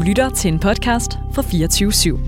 lytter til en podcast fra 24/7.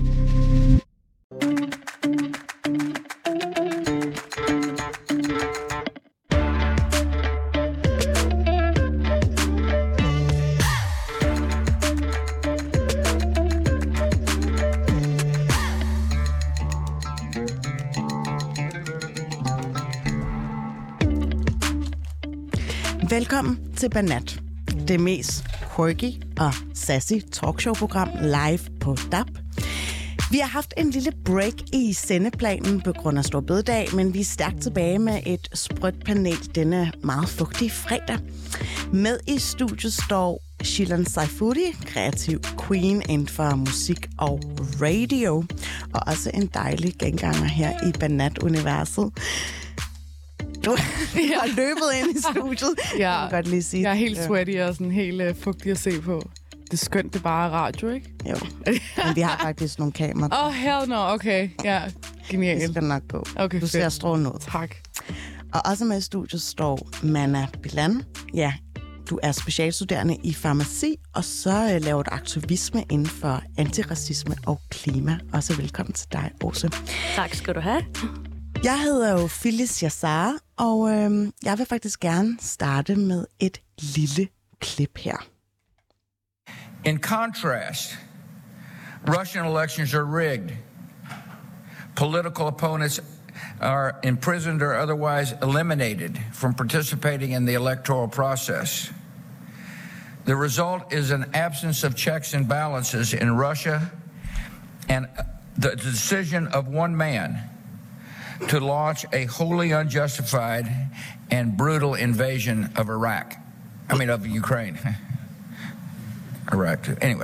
Velkommen til Banat, det mest quirky og sassy talkshow-program live på DAB. Vi har haft en lille break i sendeplanen på grund af Stor Bededag, men vi er stærkt tilbage med et sprødt panel denne meget fugtige fredag. Med i studiet står Shilan Saifuti, kreativ queen inden for musik og radio, og også en dejlig genganger her i Banat-universet. Du har løbet ind i studiet. Ja, jeg kan godt lige sige. Jeg er helt sweaty og sådan helt fugtig at se på. Det er skønt, det er bare radio, ikke? Jo, men vi har faktisk nogle kameraer. Hell no, okay. Ja, genialt. Det skal nok gå. Okay, du ser strålende ud. Tak. Og også med i studiet står Mana Bilan. Ja, du er specialstuderende i farmaci, og så laver du aktivisme inden for antiracisme og klima. Også velkommen til dig, Åse. Tak skal du have. Jeg hedder jo Phyllis Yassar, og jeg vil faktisk gerne starte med et lille klip her. In contrast, Russian elections are rigged. Political opponents are imprisoned or otherwise eliminated from participating in the electoral process. The result is an absence of checks and balances in Russia and the decision of one man to launch a wholly unjustified and brutal invasion of Iraq. Of Ukraine. Iraq, anyway.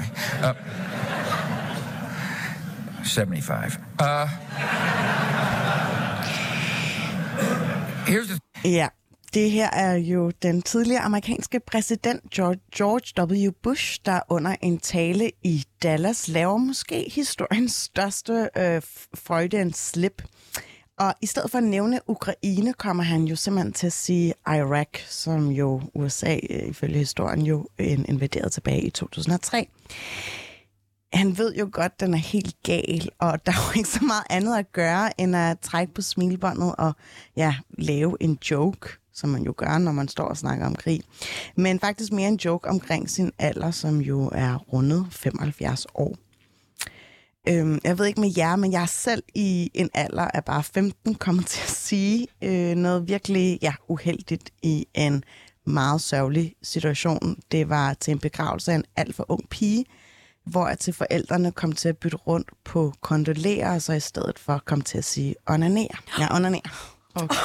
75. Here's the... Ja, det her er jo den tidligere amerikanske præsident George W. Bush, der under en tale i Dallas laver måske historiens største Freudian slip. Og i stedet for at nævne Ukraine, kommer han jo simpelthen til at sige Irak, som jo USA ifølge historien jo invaderede tilbage i 2003. Han ved jo godt, at den er helt gal, og der er jo ikke så meget andet at gøre, end at trække på smilebåndet og lave en joke, som man jo gør, når man står og snakker om krig. Men faktisk mere en joke omkring sin alder, som jo er rundet 75 år. Jeg ved ikke med jer, men jeg er selv i en alder af bare 15 kommet til at sige noget virkelig uheldigt i en meget sørgelig situation. Det var til en begravelse af en alt for ung pige, hvor jeg til forældrene kom til at bytte rundt på kondolere, og så i stedet for kom til at sige onanere. Ja, onanere. Okay.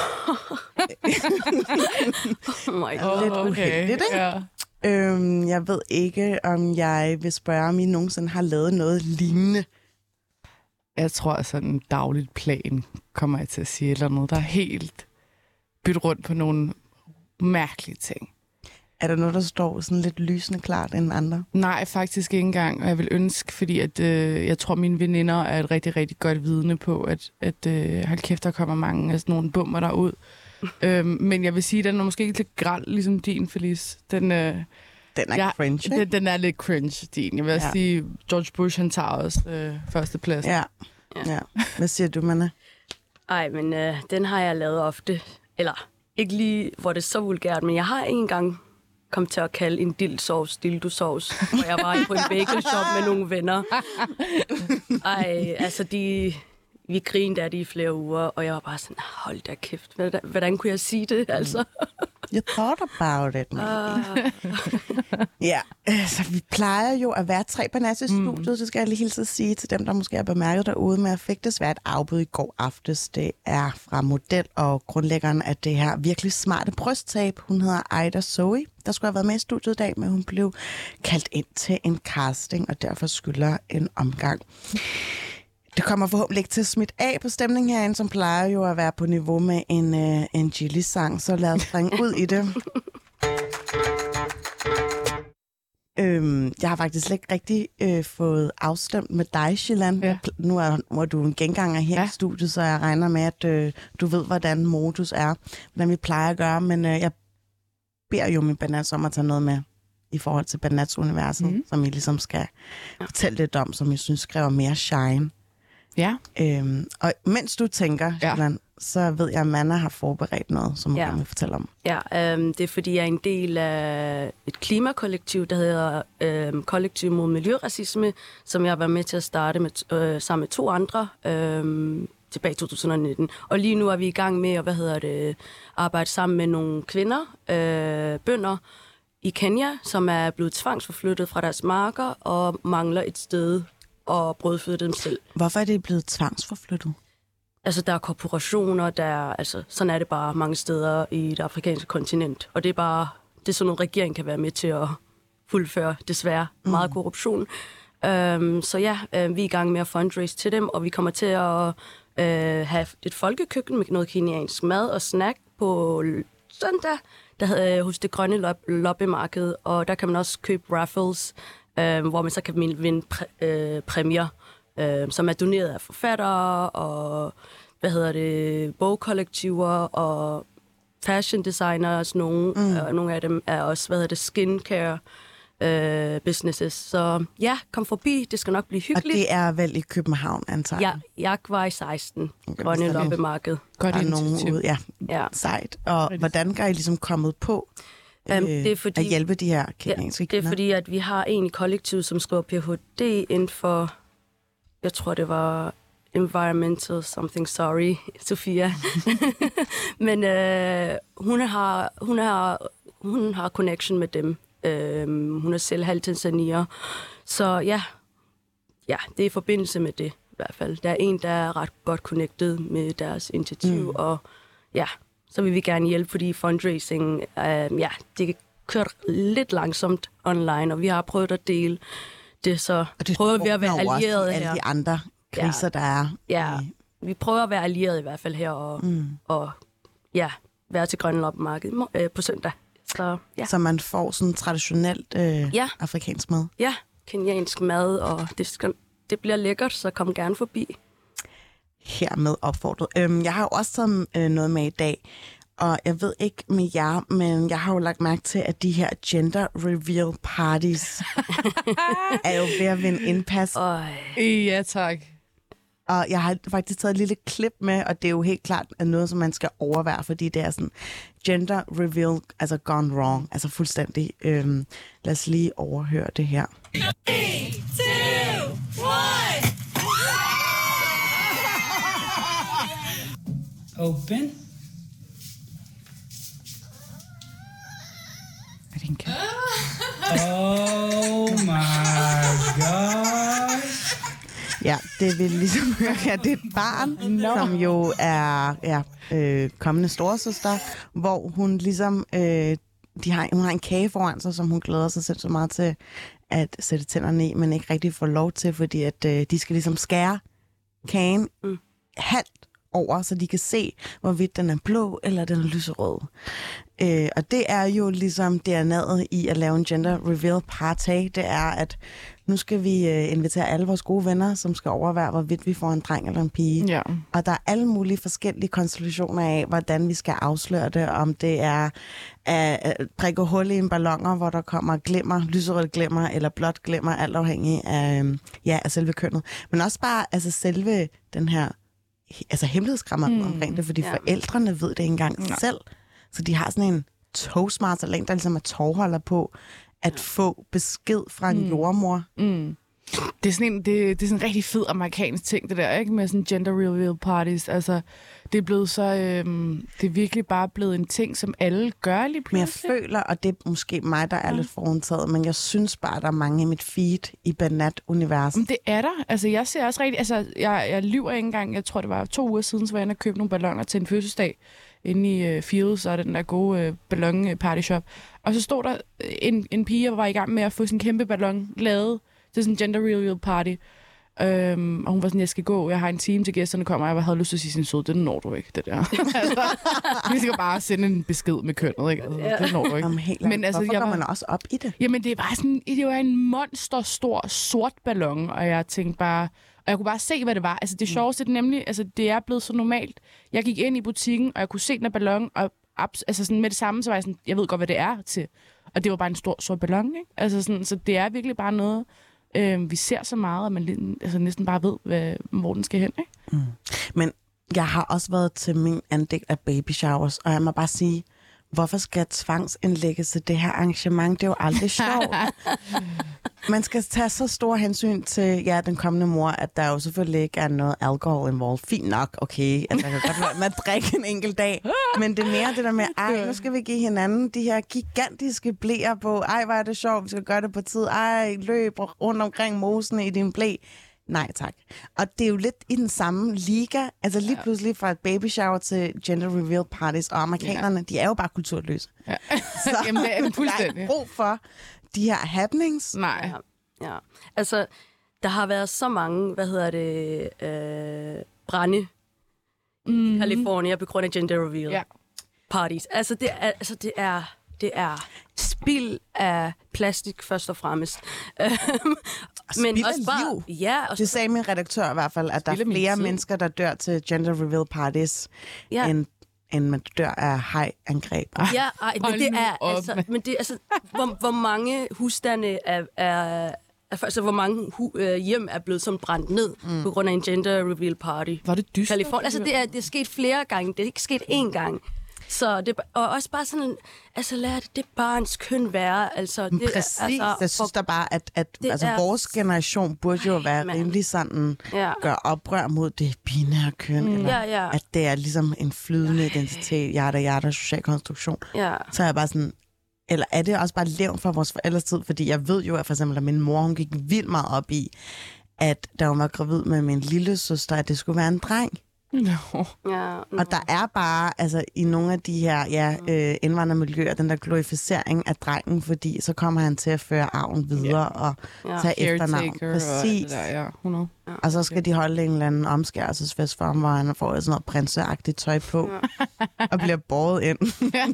Lidt uheldigt, ikke? Yeah. Jeg ved ikke, om jeg vil spørge, om I nogensinde har lavet noget lignende. Jeg tror, at sådan en dagligt plan kommer jeg til at sige, eller noget, der er helt byttet rundt på nogle mærkelige ting. Er der noget, der står sådan lidt lysende klart end andre? Nej, faktisk ikke engang. Og jeg vil ønske, fordi at, jeg tror, mine veninder er et rigtig, rigtig godt vidne på, at hold kæft, der kommer mange af sådan nogle bummer derud. Men jeg vil sige, at den er måske ikke lidt græld, ligesom din, Felice. Den er cringe, ikke? Den er lidt cringe, din. Jeg vil sige, George Bush, han tager også førsteplads. Ja. Hvad siger du, Manna? Ej, men den har jeg lavet ofte. Eller ikke lige, hvor det er så vulgært, men jeg har en gang kommet til at kalde en dildosovs, hvor jeg var på en bagelshop med nogle venner. Ej, altså vi grinede af det i flere uger, og jeg var bare sådan, hold da kæft, hvordan kunne jeg sige det, altså? You thought about it, man. Ja, så vi plejer jo at være 3 Banat i studiet, så skal jeg lige hilse at sige til dem, der måske har bemærket derude, med at fik desværre et afbud i går aftes. Det er fra model og grundlæggeren af det her virkelig smarte brysttab. Hun hedder Aida Zoe, der skulle have været med i studiet i dag, men hun blev kaldt ind til en casting, og derfor skylder en omgang. Det kommer forhåbentlig ikke til at smitte af på stemningen herinde, som plejer jo at være på niveau med en Gilly-sang, så lad os springe ud i det. Jeg har faktisk ikke rigtig fået afstemt med dig, Shilan. Ja. Nu er du en genganger her i studiet, så jeg regner med, at du ved, hvordan modus er, hvordan vi plejer at gøre, men jeg beder jo min Banat om at tage noget med. i forhold til Banats-universet, som I ligesom skal fortælle lidt om, som jeg synes kræver mere shine. Ja. Og mens du tænker, Julian, så ved jeg, at Manna har forberedt noget, som du gerne vil fortælle om. Ja, det er fordi, jeg er en del af et klimakollektiv, der hedder Kollektiv mod Miljøracisme, som jeg har været med til at starte med, sammen med 2 andre tilbage i 2019. Og lige nu er vi i gang med at arbejde sammen med nogle kvinder, bønder i Kenya, som er blevet tvangsforflyttet fra deres marker og mangler et sted at brødføde dem selv. Hvorfor er det blevet tvangsforflyttet? Altså, der er korporationer, sådan er det bare mange steder i det afrikanske kontinent. Og det er sådan noget, regeringen kan være med til at fuldføre, desværre, meget korruption. Så ja, vi er i gang med at fundraise til dem, og vi kommer til at have et folkekøkken med noget keniansk mad og snack på søndag, hos det grønne loppemarked. Og der kan man også købe raffles, hvor man så kan vinde præmier, som er doneret af forfattere og bogkollektiver og fashion designers. Nogle af dem er også skincare businesses. Så ja, kom forbi. Det skal nok blive hyggeligt. Og det er vel i København, antager jeg? Ja, jeg var i 16. Grønne loppemarked. Godt nogen ud, sejt. Og hvordan er I ligesom kommet på det er fordi, at hjælpe de her kenyanske kvinder? Det er fordi, at vi har en i kollektivet, som skriver Ph.D. inden for, jeg tror det var environmental something, sorry, Sofia. Men hun har connection med dem. Hun er selv halv tanzanier. Så ja, det er i forbindelse med det i hvert fald. Der er en, der er ret godt connected med deres initiativ, og ja, så vil vi gerne hjælpe, fordi fundraising, det kører lidt langsomt online, og vi har prøvet at dele det, så prøver vi at være allierede her. Alle de andre kriser, der er. Ja, vi prøver at være allierede i hvert fald her, og være til Grønne Loppemarked på søndag. Så man får sådan traditionelt afrikansk mad? Ja, kenyansk mad, og det bliver lækkert, så kom gerne forbi. Hermed opfordret. Jeg har jo også taget noget med i dag, og jeg ved ikke med jer, men jeg har jo lagt mærke til, at de her gender reveal parties er jo ved at vinde indpas. Ja, tak. Og jeg har faktisk taget et lille klip med, og det er jo helt klart noget, som man skal overvære, fordi det er sådan gender reveal, altså gone wrong, altså fuldstændig. Lad os lige overhøre det her. 3, 2, 1. Open. Er det en kat? Oh my god. Ja, det vil ligesom høre her. Det er et barn, som jo er kommende storesøster, hvor hun ligesom, hun har en kage foran sig, som hun glæder sig selv så meget til at sætte tænderne i, men ikke rigtig får lov til, fordi at de skal ligesom skære kagen halvt over, så de kan se, hvorvidt den er blå eller den er lyserød. Og det er jo ligesom DNA'et i at lave en gender reveal party. Det er, at nu skal vi invitere alle vores gode venner, som skal overvære, hvorvidt vi får en dreng eller en pige. Ja. Og der er alle mulige forskellige konstellationer af, hvordan vi skal afsløre det. Om det er at prikke hul i en balloner, hvor der kommer glimmer, lyserødt glimmer eller blåt glimmer, alt afhængig af selve kønnet. Men også bare selve den her hemmelighedskrammer omkring det, fordi forældrene ved det ikke engang selv. Så de har sådan en toastmaster-længe, der ligesom er tovholder på at få besked fra en jordmor. Det er sådan en rigtig fed amerikansk ting, det der, ikke? Med sådan gender reveal parties. Altså, det er blevet så... det er virkelig bare blevet en ting, som alle gør lige pludselig. Men jeg føler, og det er måske mig, der er lidt forundtaget, men jeg synes bare, der er mange i mit feed i Banat-universet. Det er der. Altså, jeg ser også rigtig... Altså, jeg lyver ikke engang. Jeg tror, det var 2 uger siden, så var jeg inde og købte nogle balloner til en fødselsdag inde i Fields, og den der gode ballon-party-shop. Og så stod der en pige, der var i gang med at få sådan en kæmpe ballon lavet til sådan en gender reveal party. Og hun var sådan, jeg skal gå, jeg har en time til gæsterne kommer, og jeg havde lyst til at sige sin sød, det når du ikke, det der. Altså, vi skal bare sende en besked med kønnet, ikke? Altså, det når du ikke. Men altså, hvorfor går man også op i det? Jamen, det var sådan, det var en monsterstor sort ballon, og jeg tænkte bare, og jeg kunne bare se, hvad det var. Altså, det sjoveste, det nemlig, altså, det er blevet så normalt. Jeg gik ind i butikken, og jeg kunne se den her ballon, og altså sådan med det samme, så var jeg sådan, jeg ved godt, hvad det er til. Og det var bare en stor ballon, ikke? Altså sådan, så det er virkelig bare noget, vi ser så meget, at man næsten bare ved, hvor den skal hen, ikke? Mm. Men jeg har også været til min andel af baby showers, og jeg må bare sige, hvorfor skal tvangsindlægges til det her arrangement? Det er jo aldrig sjovt. Man skal tage så stor hensyn til den kommende mor, at der jo selvfølgelig ikke er noget alkohol involved. Fint nok, okay, at der kan godt være med at drikke en enkelt dag. Men det er mere det der med, nu skal vi give hinanden de her gigantiske blæer på. Hvor er det sjovt, vi skal gøre det på tid. Løb rundt omkring mosene i din blæ. Nej, tak. Og det er jo lidt i den samme liga. Altså lige pludselig fra et baby shower til gender reveal parties, og amerikanerne, de er jo bare kulturløse. Ja. Så jamen, det er fuldstændig. Der er brug for de her happenings. Nej. Ja. Altså, der har været så mange, brænde i California på grund af gender reveal parties. Altså, det er spild af plastik først og fremmest. Men også bare liv. Ja, og det sagde min redaktør i hvert fald, at der er flere mennesker, der dør til gender reveal parties, end man dør af hajangreb. Ja, men det er altså, hvor mange husstande er altså, hvor mange hjem er blevet som brændt ned på grund af en gender reveal party. Var det dyst? Altså, det er sket flere gange. Det er ikke sket én gang. Så det, og også bare sådan, altså lad det barns køn være. Altså, det, præcis, altså, jeg synes da bare, at altså, vores generation burde jo være rimelig sådan, gøre oprør mod det binære køn, eller at det er ligesom en flydende identitet, yada, social konstruktion. Så er jeg bare sådan, eller er det også bare levn fra vores forældres tid? Fordi jeg ved jo, at for eksempel, at min mor, hun gik vildt meget op i, at da hun var gravid med min lille søster, at det skulle være en dreng. No. Og der er bare, altså i nogle af de her indvandrermiljøer, den der glorificering af drengen, fordi så kommer han til at føre arven videre og tage efternavn. Præcis. Og så skal de holde en eller anden omskærelsesfest for ham, hvor han får sådan noget prinseagtigt tøj på og bliver båret ind.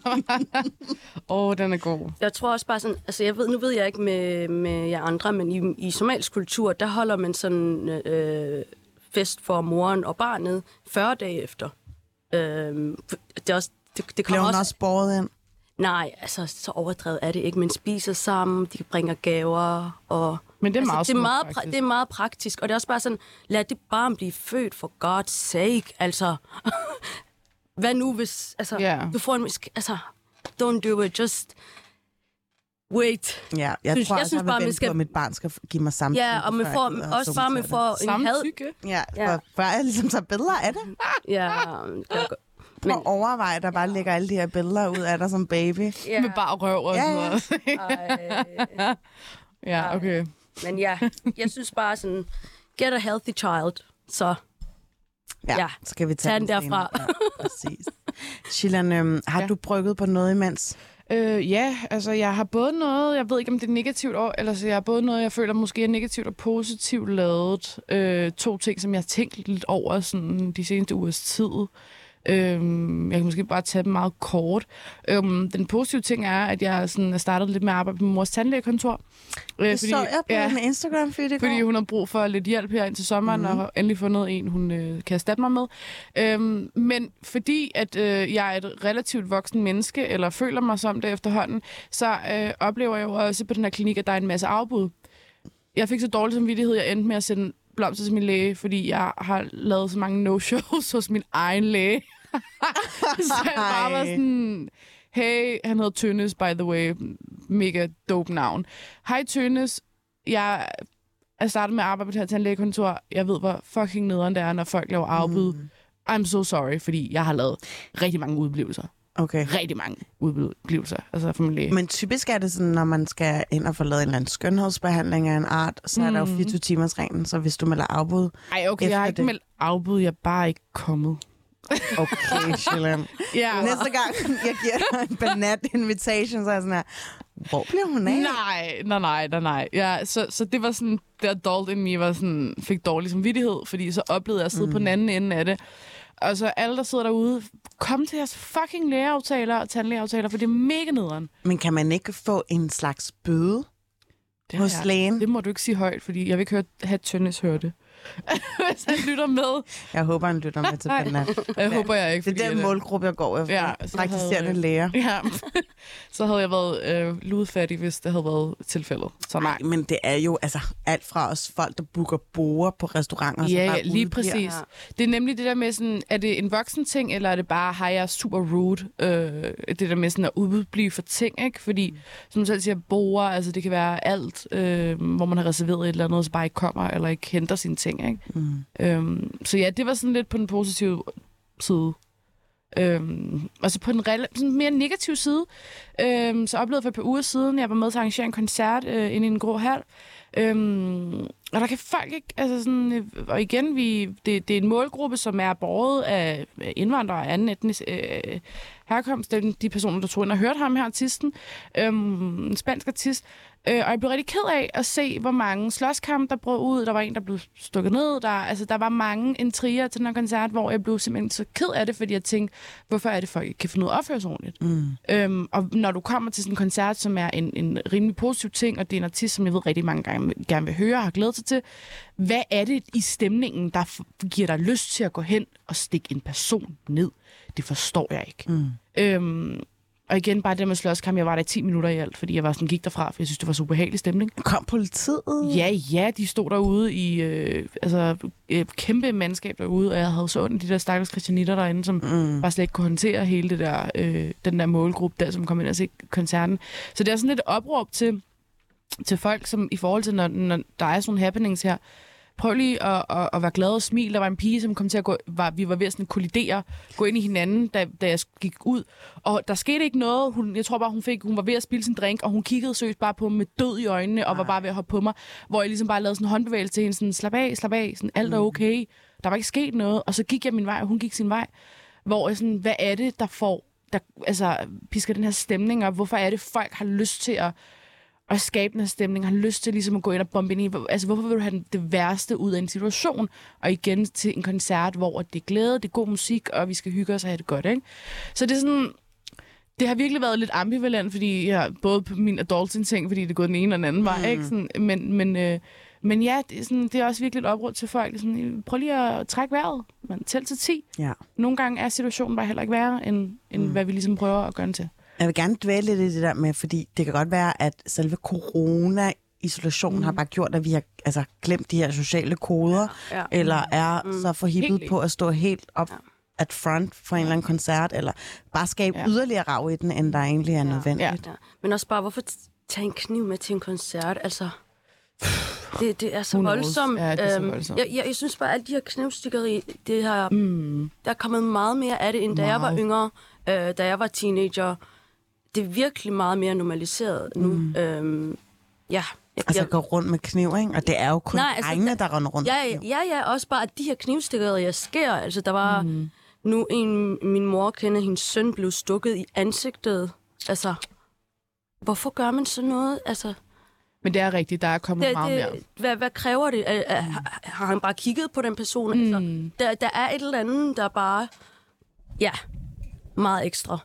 Den er god. Jeg tror også bare sådan, altså nu ved jeg ikke med jer andre, men i somalisk kultur, der holder man sådan fest for moren og barnet 40 dage efter. Det bliver hun også båret ind? Nej, altså så overdrevet er det ikke. Man spiser sammen, de bringer gaver. Og, men det er meget det er meget praktisk. Og det er også bare sådan, lad det barn blive født for God's sake. Altså, hvad nu hvis... Altså, du får en... Altså, don't do it, just... Wait. Ja, jeg tror også, at jeg skal... at mit barn skal give mig samtykke. Ja, og man får også bare med for en samtykke. Ja, for jeg ligesom tager billeder af det. Ja. Prøv at overveje, der bare ligger alle de her billeder ud af dig som baby. Ja. Med bare røv og sådan noget. Ja, okay. Men ja, jeg synes bare sådan, get a healthy child, så skal vi tage den derfra. Ja, præcis. Shilan, har du brygget på noget imens? Altså jeg har både noget, jeg ved ikke om det er negativt, eller så jeg har både noget, jeg føler måske er negativt og positivt lavet. 2 ting, som jeg har tænkt lidt over sådan de seneste ugers tid. Jeg kan måske bare tage dem meget kort. Den positive ting er, at jeg sådan er startet lidt med at arbejde på min mors tandlægekontor. Det så jeg på min Instagram-feed. Fordi hun har brug for lidt hjælp her indtil sommeren, og har endelig fundet en, hun kan erstatte mig med. Men fordi at jeg er et relativt voksen menneske, eller føler mig som det efterhånden, så oplever jeg jo også på den her klinik, at der er en masse afbud. Jeg fik så dårlig samvittighed, jeg endte med at sende blomster til min læge, fordi jeg har lavet så mange no-shows hos min egen læge. Så jeg bare var sådan, hey, han hedder Tønnes, by the way, mega dope navn. Hej Tønnes, jeg er startet med at arbejde på det her tandlægekontor. Jeg ved, hvor fucking nederen det er, når folk laver afbud. I'm so sorry, fordi jeg har lavet rigtig mange udblivelser. Okay. Rigtig mange udblivelser, altså for min læge. Men typisk er det sådan, når man skal ind og få lavet en eller anden skønhedsbehandling af en art, så er der jo 24 timers reglen, så hvis du melder afbud... Ej, okay, jeg har ikke meldt afbud, jeg er bare ikke kommet. Okay, Shilan. Næste gang, jeg giver dig en banat invitation, så er jeg sådan her, hvor bliver hun af? Nej. Ja, så det var sådan, det adult in me var sådan, fik dårlig samvittighed, fordi så oplevede jeg at sidde på den anden ende af det. Og så alle, der sidder derude, kom til jeres fucking lægeaftaler og tandlægeaftaler, for det er mega nederen. Men kan man ikke få en slags bøde hos lægen? Det må du ikke sige højt, fordi jeg vil ikke have Tønnes høre det. hvis han lytter med. Jeg håber, han lytter med til Banat. Jeg håber jeg ikke. Det er den målgruppe, jeg går efter. Ja, praktiserende læger. Ja, så havde jeg været ludfattig, hvis det havde været tilfældet. Så nej. Men det er jo altså alt fra os folk, der booker borde på restauranter. Ja, lige præcis. Ja. Det er nemlig det der med sådan, er det en voksen ting, eller er det bare, har jeg super rude? Det der med sådan at udblive for ting, ikke? Fordi, som du selv siger, borde, altså det kan være alt, hvor man har reserveret et eller andet, så bare ikke kommer, eller ikke henter sine ting, ikke? Så ja, det var sådan lidt på den positive side. Og så på den sådan mere negative side, så oplevede jeg for et par uger siden, jeg var med til at arrangere en koncert inde i en grå hal. Og der kan folk ikke, altså sådan, og igen, det er en målgruppe, som er båret af indvandrere og anden etnisk herkomst. Det er de personer, der tog ind og hørte ham her, artisten, en spansk artist. Og jeg blev rigtig ked af at se, hvor mange slåskampe, der brød ud. Der var en, der blev stukket ned. Der var mange intriger til den her koncert, hvor jeg blev simpelthen så ked af det, fordi jeg tænkte, hvorfor er det, folk ikke kan finde ud af at opføre sig ordentligt? Og når du kommer til sådan en koncert, som er en rimelig positiv ting, og det er en artist, som jeg ved rigtig mange gange gerne vil høre og har glædet sig til, hvad er det i stemningen, der giver dig lyst til at gå hen og stikke en person ned? Det forstår jeg ikke. Og igen, bare det med slåskamp, jeg var der i 10 minutter i alt, fordi jeg var sådan, gik derfra, for jeg synes, det var super behagelig stemning. Kom politiet? Ja, de stod derude i kæmpe mandskab derude, og jeg havde så ondt de der stakkels christianitter derinde, som bare slet ikke kunne håndtere hele det der, den der målgruppe der, som kom ind og se koncerten. Så det er sådan lidt opråb til folk, som i forhold til, når der er sådan happenings her, prøv lige at være glad og smil. Der var en pige, som kom til at gå... Vi var ved at sådan kollidere, gå ind i hinanden, da jeg gik ud. Og der skete ikke noget. Jeg tror bare, hun var ved at spille sin drink, og hun kiggede seriøst bare på mig med død i øjnene, og var bare ved at hoppe på mig. Hvor jeg ligesom bare lavede sådan en håndbevægelse til hende, sådan, slap af, sådan, alt er okay. Der var ikke sket noget. Og så gik jeg min vej, og hun gik sin vej. Hvor jeg sådan, hvad er det, der pisker den her stemning op? Hvorfor er det, folk har lyst til at skabe den her stemning, har lyst til ligesom at gå ind og bombe ind i. Altså, hvorfor vil du have det værste ud af en situation, og igen til en koncert, hvor det er glæde, det er god musik, og vi skal hygge os og have det godt, ikke? Så det er sådan, det har virkelig været lidt ambivalent, fordi jeg både på min adulting-ting, fordi det er gået den ene og den anden vej, ikke? Sådan, men ja, det er også virkelig et opråd til folk. Sådan, prøv lige at trække vejret. Tæl til 10. Ja. Nogle gange er situationen bare heller ikke værre, end hvad vi ligesom prøver at gøre den til. Jeg vil gerne dvæle lidt i det der med, fordi det kan godt være, at selve corona-isolationen har bare gjort, at vi har glemt de her sociale koder, eller er så forhippet på at stå helt op at front for en eller anden koncert, eller bare skabe yderligere rav i den, end der egentlig er nødvendigt. Ja. Men også bare, hvorfor tage en kniv med til en koncert? Altså, det er så voldsomt. Ja, det er så voldsomt. Jeg synes bare, at alle de her knivstikkeri, der er kommet meget mere af det, end da jeg var yngre, da jeg var teenager. Det er virkelig meget mere normaliseret nu. Altså gå rundt med kniv, ikke? Og det er jo kun drengene, der render rundt med kniv. Ja, også bare, at de her knivstikkerier sker. Altså, der var nu min mor kender, hendes søn blev stukket i ansigtet. Altså, hvorfor gør man sådan noget? Altså, men det er rigtigt, der er kommet meget mere. Hvad kræver det? Har han bare kigget på den person? Altså, der er et eller andet, der bare... Ja, meget ekstra.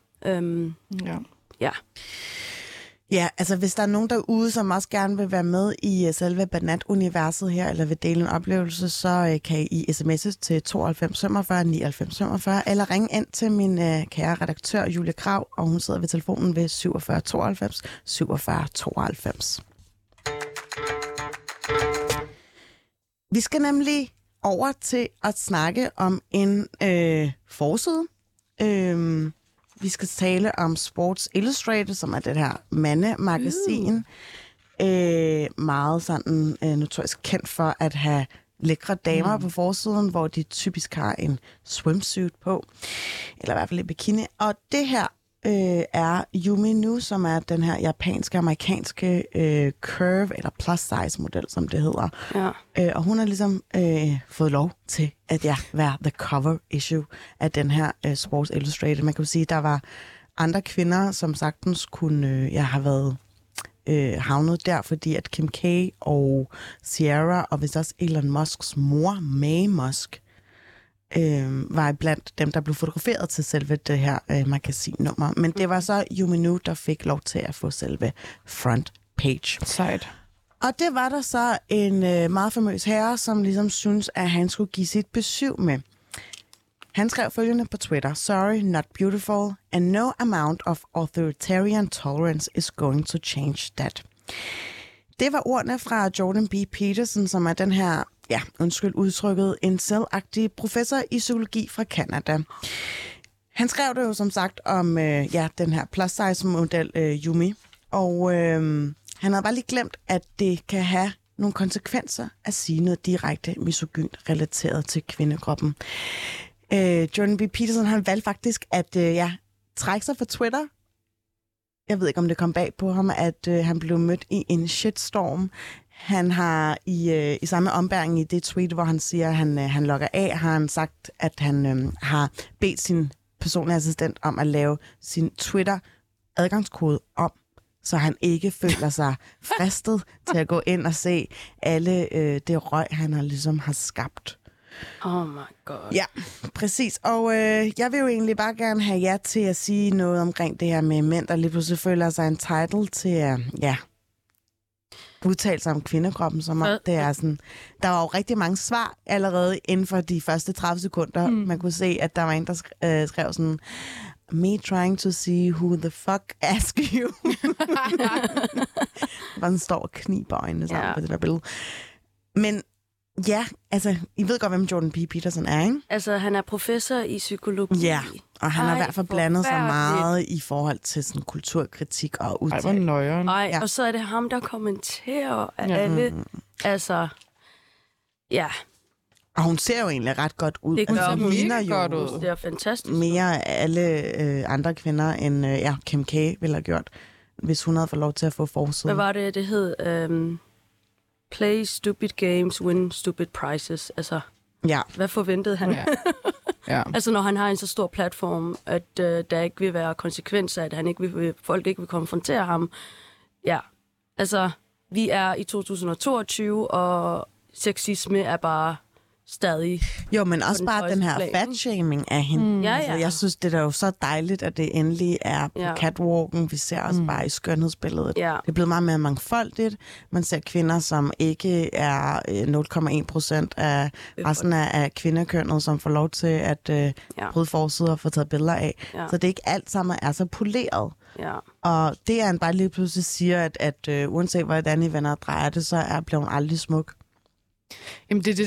Ja, altså hvis der er nogen derude, som også gerne vil være med i selve Banat-universet her, eller vil dele en oplevelse, så kan I sms'e til 92 45 99 45, eller ringe ind til min kære redaktør Julie Krav, og hun sidder ved telefonen ved 47 92 47 92. Vi skal nemlig over til at snakke om en forside. Vi skal tale om Sports Illustrated, som er det her mandemagasin. Meget sådan notorisk kendt for at have lækre damer på forsiden, hvor de typisk har en swimsuit på, eller i hvert fald en bikini. Og det her er Yumi Nu, som er den her japanske-amerikanske curve, eller plus-size model, som det hedder. Ja. Og hun har ligesom fået lov til at være the cover issue af den her Sports Illustrated. Man kan jo sige, at der var andre kvinder, som sagtens kunne have været havnet der, fordi at Kim K. og Sierra, og hvis også Elon Musks mor, Mae Musk, var blandt dem, der blev fotograferet til selve det her magasinnummer. Men det var så Yumi Nu, der fik lov til at få selve front page. Sejt. Og det var der så en meget famøs herre, som ligesom synes, at han skulle give sit besøg med. Han skrev følgende på Twitter: "Sorry, not beautiful, and no amount of authoritarian tolerance is going to change that." Det var ordene fra Jordan B. Peterson, som er den her, udtrykket, incel-agtige professor i psykologi fra Canada. Han skrev det jo som sagt om den her plus-size-model Yumi, og han havde bare lige glemt, at det kan have nogle konsekvenser at sige noget direkte misogynt relateret til kvindekroppen. Jordan B. Peterson, han valgte faktisk at trække sig fra Twitter. Jeg ved ikke, om det kom bag på ham, at han blev mødt i en shitstorm. Han har i samme ombæring i det tweet, hvor han siger, at han logger af, har han sagt, at han har bedt sin personlige assistent om at lave sin Twitter-adgangskode om, så han ikke føler sig fristet til at gå ind og se alle det røg, han har skabt. Oh my god. Ja, præcis. Og jeg vil jo egentlig bare gerne have jer til at sige noget omkring det her med mænd, der lige pludselig føler sig entitled til at udtale sig om kvindekroppen, som om det er sådan. Der var jo rigtig mange svar allerede inden for de første 30 sekunder. Man kunne se, at der var en, der skrev sådan: "Me trying to see who the fuck ask you." Man står og kniber øjnene sammen på det der billede. Men ja, altså, I ved godt, hvem Jordan B. Peterson er, ikke? Altså, han er professor i psykologi. Ja, og han har i hvert fald blandet sig meget i forhold til sådan kulturkritik og udtale. Ej, hvor nøjeren. Ej, og så er det ham, der kommenterer alle. Altså, ja. Og hun ser jo egentlig ret godt ud. Det gør hun ligner jo godt ud. Det er fantastisk. Mere alle andre kvinder, end Kim K. ville have gjort, hvis hun havde fået lov til at få forsiden. Hvad var det hed? Play stupid games, win stupid prizes. Altså, hvad forventede han? Ja. Altså, når han har en så stor platform, at der ikke vil være konsekvenser, at folk ikke vil konfrontere ham. Ja, altså, vi er i 2022, og sexisme er bare stadig... Jo, men også bare den her fat-shaming af hende. Ja. Altså, jeg synes, det er jo så dejligt, at det endelig er på catwalken. Vi ser også bare i skønhedsbilledet. Ja. Det er blevet meget mere mangfoldigt. Man ser kvinder, som ikke er 0,1% af resten af kvindekønnet, som får lov til at bryde forsider og få taget billeder af. Ja. Så det er ikke alt sammen er så poleret. Ja. Og det er han bare lige pludselig siger, at uanset hvordan I vender og drejer det, så bliver hun aldrig smuk. Jamen det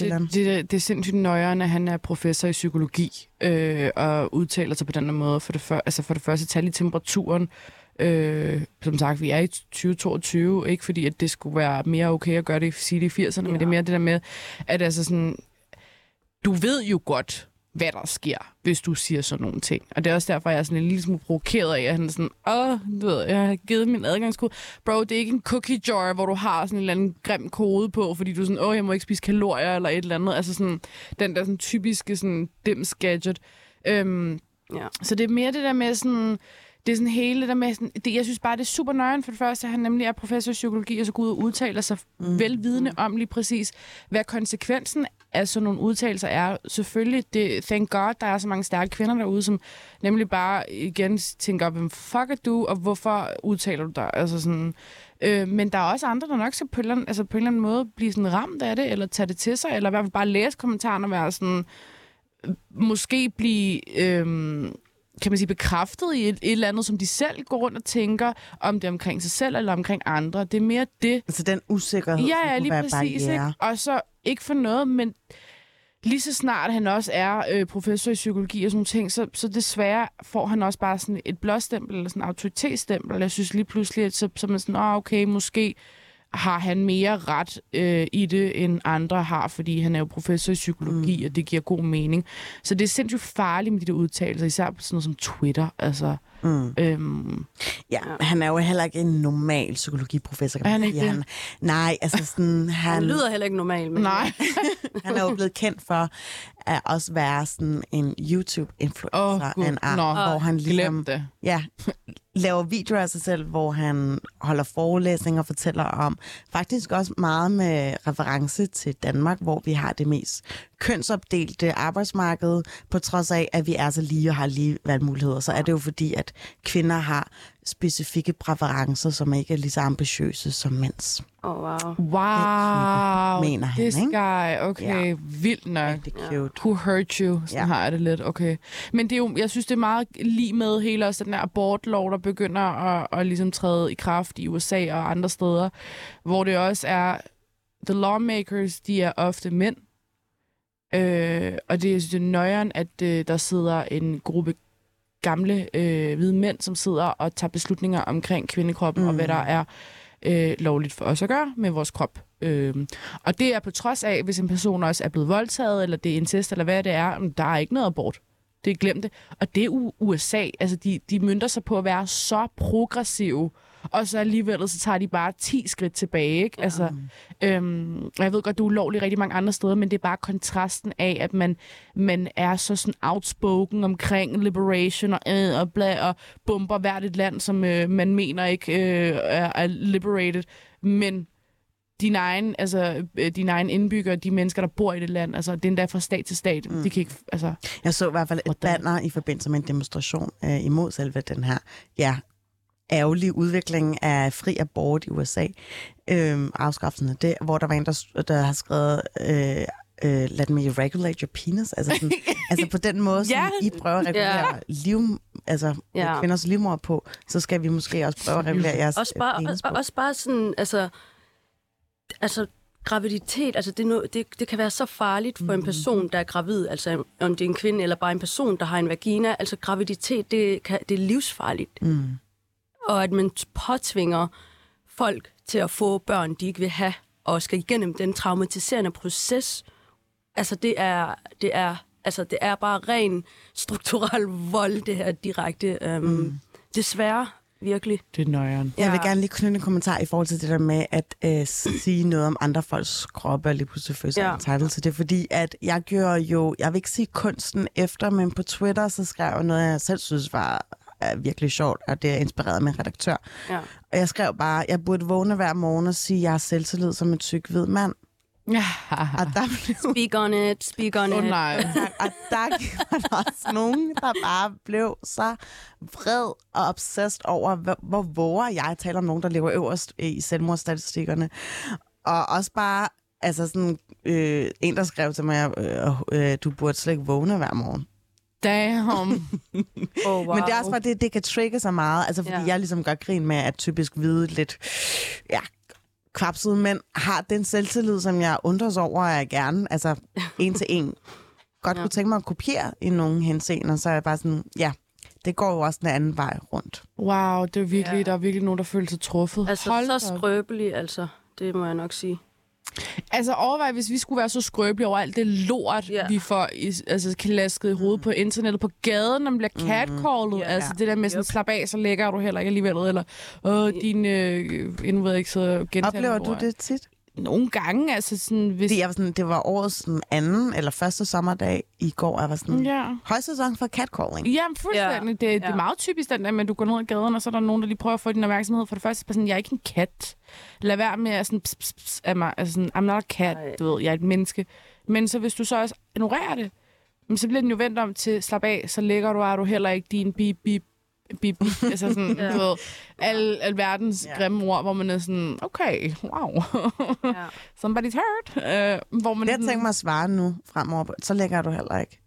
er sindssygt nøjeren, at han er professor i psykologi og udtaler sig på den måde. For det første tal i temperaturen. Som sagt, vi er i 2022, ikke fordi at det skulle være mere okay at gøre det, sige det i 80'erne, men det er mere det der med, at altså sådan, du ved jo godt, hvad der sker, hvis du siger sådan nogle ting. Og det er også derfor, jeg er sådan en lille smule provokeret af, at han er sådan, du ved, jeg har givet min adgangskode. Bro, det er ikke en cookie jar, hvor du har sådan en eller anden grim kode på, fordi du er sådan, jeg må ikke spise kalorier eller et eller andet. Altså sådan, den der sådan typiske sådan dims gadget. Så det er mere det der med sådan... Det er sådan hele det der med... Sådan, jeg synes bare, det er super nøjeren for det første, at han nemlig er professor i psykologi, og så går ud og udtaler sig velvidende om lige præcis, hvad konsekvensen af sådan nogle udtalelser er. Selvfølgelig, thank God, der er så mange stærke kvinder derude, som nemlig bare igen tænker, hvem fuck er du, og hvorfor udtaler du dig? Altså sådan, men der er også andre, der nok skal på en eller anden måde blive sådan ramt af det, eller tage det til sig, eller i hvert fald bare læse kommentarerne og være sådan... Måske blive... kan man sige, bekræftet i et eller andet, som de selv går rundt og tænker, om det omkring sig selv eller omkring andre. Det er mere det. Altså den usikkerhed, som kunne være præcis, barriere. Ikke? Og så ikke for noget, men lige så snart han også er professor i psykologi og sådan nogle ting, så desværre får han også bare sådan et blåstempel eller sådan en autoritetsstempel. Jeg synes lige pludselig, at så man sådan, okay, måske har han mere ret i det, end andre har, fordi han er jo professor i psykologi, og det giver god mening. Så det er sindssygt farligt med de der udtalelser, især på sådan noget som Twitter. Altså, han er jo heller ikke en normal psykologiprofessor. Er han ikke det? Nej, altså sådan... Han lyder heller ikke normal. Men nej. Han er jo blevet kendt for at også være sådan en YouTube-influencer hvor han ligesom laver videoer af sig selv, hvor han holder forelæsninger og fortæller om faktisk også meget med reference til Danmark, hvor vi har det mest kønsopdelte arbejdsmarked, på trods af, at vi er så lige og har lige valgmuligheder. Så er det jo fordi, at kvinder har specifikke præferencer, som ikke er lige så ambitiøse som mænds. Wow. Wow, mener han, this ikke? guy. Okay, Ja. vildt nok. Rigtig cute. Who hurt you? Sådan har jeg det lidt. Okay. Men det er jo, jeg synes, det er meget lige med hele også den her abortlov, der begynder at ligesom træde i kraft i USA og andre steder, hvor det også er, the lawmakers, de er ofte mænd. Og det er nøjeren, at der sidder en gruppe gamle hvide mænd, som sidder og tager beslutninger omkring kvindekroppen og hvad der er lovligt for os at gøre med vores krop. Og det er på trods af, hvis en person også er blevet voldtaget, eller det er incest, eller hvad det er, der er ikke noget abort. Det er glemt det. Og det er USA. Altså, de mønter sig på at være så progressive, og så alligevel så tager de bare 10 skridt tilbage. Ikke? Ja. Altså, jeg ved godt, du er ulovlig rigtig mange andre steder, men det er bare kontrasten af, at man er så sådan outspoken omkring liberation og bomber hvert et land, som man mener ikke er liberated. Men dine egne indbyggere, de mennesker, der bor i det land, altså det er endda fra stat til stat. De kan ikke, altså... Jeg så i hvert fald et banner i forbindelse med en demonstration imod selve den her ærgerlige udvikling af fri abort i USA. Afskaffelsen af det, hvor der var en, der har skrevet let me regulate your penis. Altså, sådan, altså på den måde, som I prøver at regulere kvinders livmor på, så skal vi måske også prøve at regulere jeres penis på. Også bare sådan, altså graviditet, altså det kan være så farligt for en person, der er gravid, altså om det er en kvinde eller bare en person, der har en vagina. Altså graviditet, det er livsfarligt. Og at man påtvinger folk til at få børn, de ikke vil have, og skal igennem den traumatiserende proces. Altså det er bare ren strukturel vold, det her direkte. Desværre. Virkelig. Det er nøjeren. Jeg vil gerne lige knytte en kommentar i forhold til det der med at sige noget om andre folks kroppe, og lige pludselig føle sig entitled til det, fordi at jeg vil ikke sige kunsten efter, men på Twitter, så skrev jeg noget, jeg selv synes var virkelig sjovt, og det er inspireret med en redaktør. Ja. Og jeg skrev bare, jeg burde vågne hver morgen og sige, at jeg har selvtillid som en tyk hvid mand. Og der blev... Speak on it. Nej. Og der var der også nogen, der bare blev så vred og obsessed over, hvor våger jeg taler om nogen, der lever øverst i selvmordsstatistikkerne. Og også bare, altså sådan, en, der skrev til mig, du burde slet ikke vågne hver morgen. Damn. Wow. Men det er også bare, det kan trigge så meget, altså fordi jeg ligesom gør grin med, at typisk hvide lidt, kvapsede mænd har den selvtillid, som jeg undres over, at jeg gerne, altså en til en, godt kunne tænke mig at kopiere i nogle henseender, så er jeg bare sådan, det går jo også den anden vej rundt. Wow, det er virkelig, der er virkelig nogen, der føler sig truffet. Altså så skrøbelig, altså, det må jeg nok sige. Altså overvej, hvis vi skulle være så skrøbelige over alt det lort, vi får klasket i hovedet på internettet, på gaden, når man bliver catcallet. Altså det der med sådan, slap af, så lægger du heller ikke alligevel. Eller, din, endnu ved jeg ikke, så gentager. Oplever du det tit? Nogle gange, altså sådan... Hvis... Det var årets sådan, anden eller første sommerdag i går, jeg var sådan, højsæson for catcalling. Jamen, fuldstændig. Det er meget typisk den der med, at du går ned ad gaden, og så er der nogen, der lige prøver at få din opmærksomhed. For det første, sådan, jeg er ikke en kat. Lad være med at sådan, af mig, altså sådan, I'm not a cat, du ved, jeg er et menneske. Men så hvis du så også ignorerer det, så bliver den jo vendt om til, slap af, så ligger du, er du heller ikke din bip, altså sådan, du ved, al verdens grimme ord, hvor man er sådan, okay, wow, somebody's hurt. Hvor man jeg tænker mig at svare nu fremover, så lægger du heller ikke.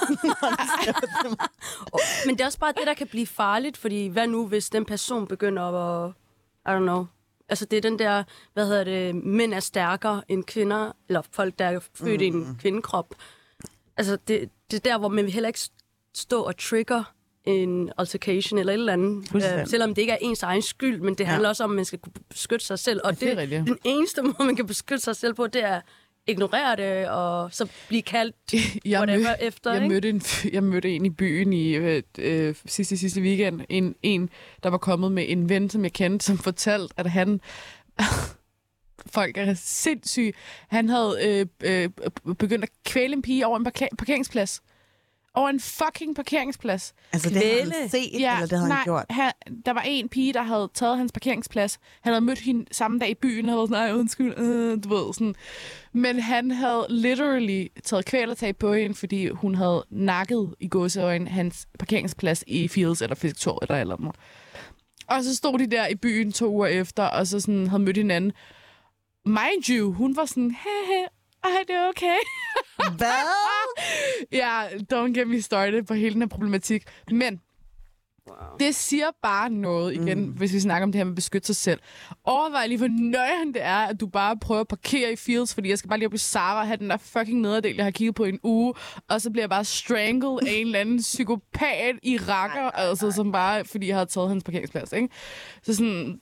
Men det er også bare det, der kan blive farligt, fordi hvad nu, hvis den person begynder at, I don't know, altså det er den der, mænd er stærkere end kvinder, eller folk, der er født i en kvindekrop. Altså det er der, hvor man vil heller ikke stå og trigger en altercation eller et eller andet, selvom det ikke er ens egen skyld, men det handler også om, at man skal kunne beskytte sig selv. Og den eneste måde, man kan beskytte sig selv på, det er ignorere det, og så blive kaldt whatever efter. Jeg mødte en i byen i sidste weekend. En, der var kommet med en ven, som jeg kendte, som fortalte, at han... Folk er sindssyge. Han havde begyndt at kvæle en pige over en parkeringsplads. over en fucking parkeringsplads. Altså, det havde han set, eller det havde han gjort? Der var en pige, der havde taget hans parkeringsplads. Han havde mødt hende samme dag i byen, og havde sådan, nej, undskyld, du ved, sådan. Men han havde literally taget kvælertag på hende, fordi hun havde nakket i gåseøjne hans parkeringsplads i Fields eller Fisktorv eller noget. Og så stod de der i byen 2 uger efter, og så sådan havde mødt hinanden. Mind you, hun var sådan, hehe, ej, det er okay. Hvad? Ja, don't get me started på hele den her problematik. Men det siger bare noget igen, hvis vi snakker om det her med at beskytte sig selv. Overvej lige, hvor nøjeren det er, at du bare prøver at parkere i Fields, fordi jeg skal bare lige op i Zara og have den der fucking nederdel, jeg har kigget på i en uge, og så bliver jeg bare strangled af en eller anden psykopat i rakker, altså som bare, fordi jeg har taget hans parkeringsplads, ikke? Så sådan,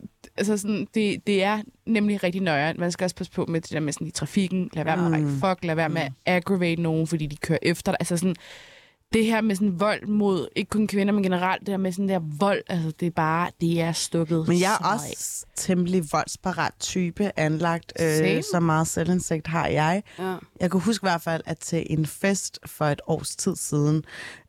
det er nemlig rigtig nøjeren. Man skal også passe på med det der med sådan i trafikken. Lad være med at fuck, lad være med at aggravate nogen, fordi de kører efter dig. Altså sådan, det her med sådan vold mod, ikke kun kvinder, men generelt, det her med sådan der vold, altså det er stukket. Men jeg er også temmelig voldsparat type anlagt. Så meget selvindsigt har jeg. Ja. Jeg kunne huske i hvert fald, at til en fest for et års tid siden,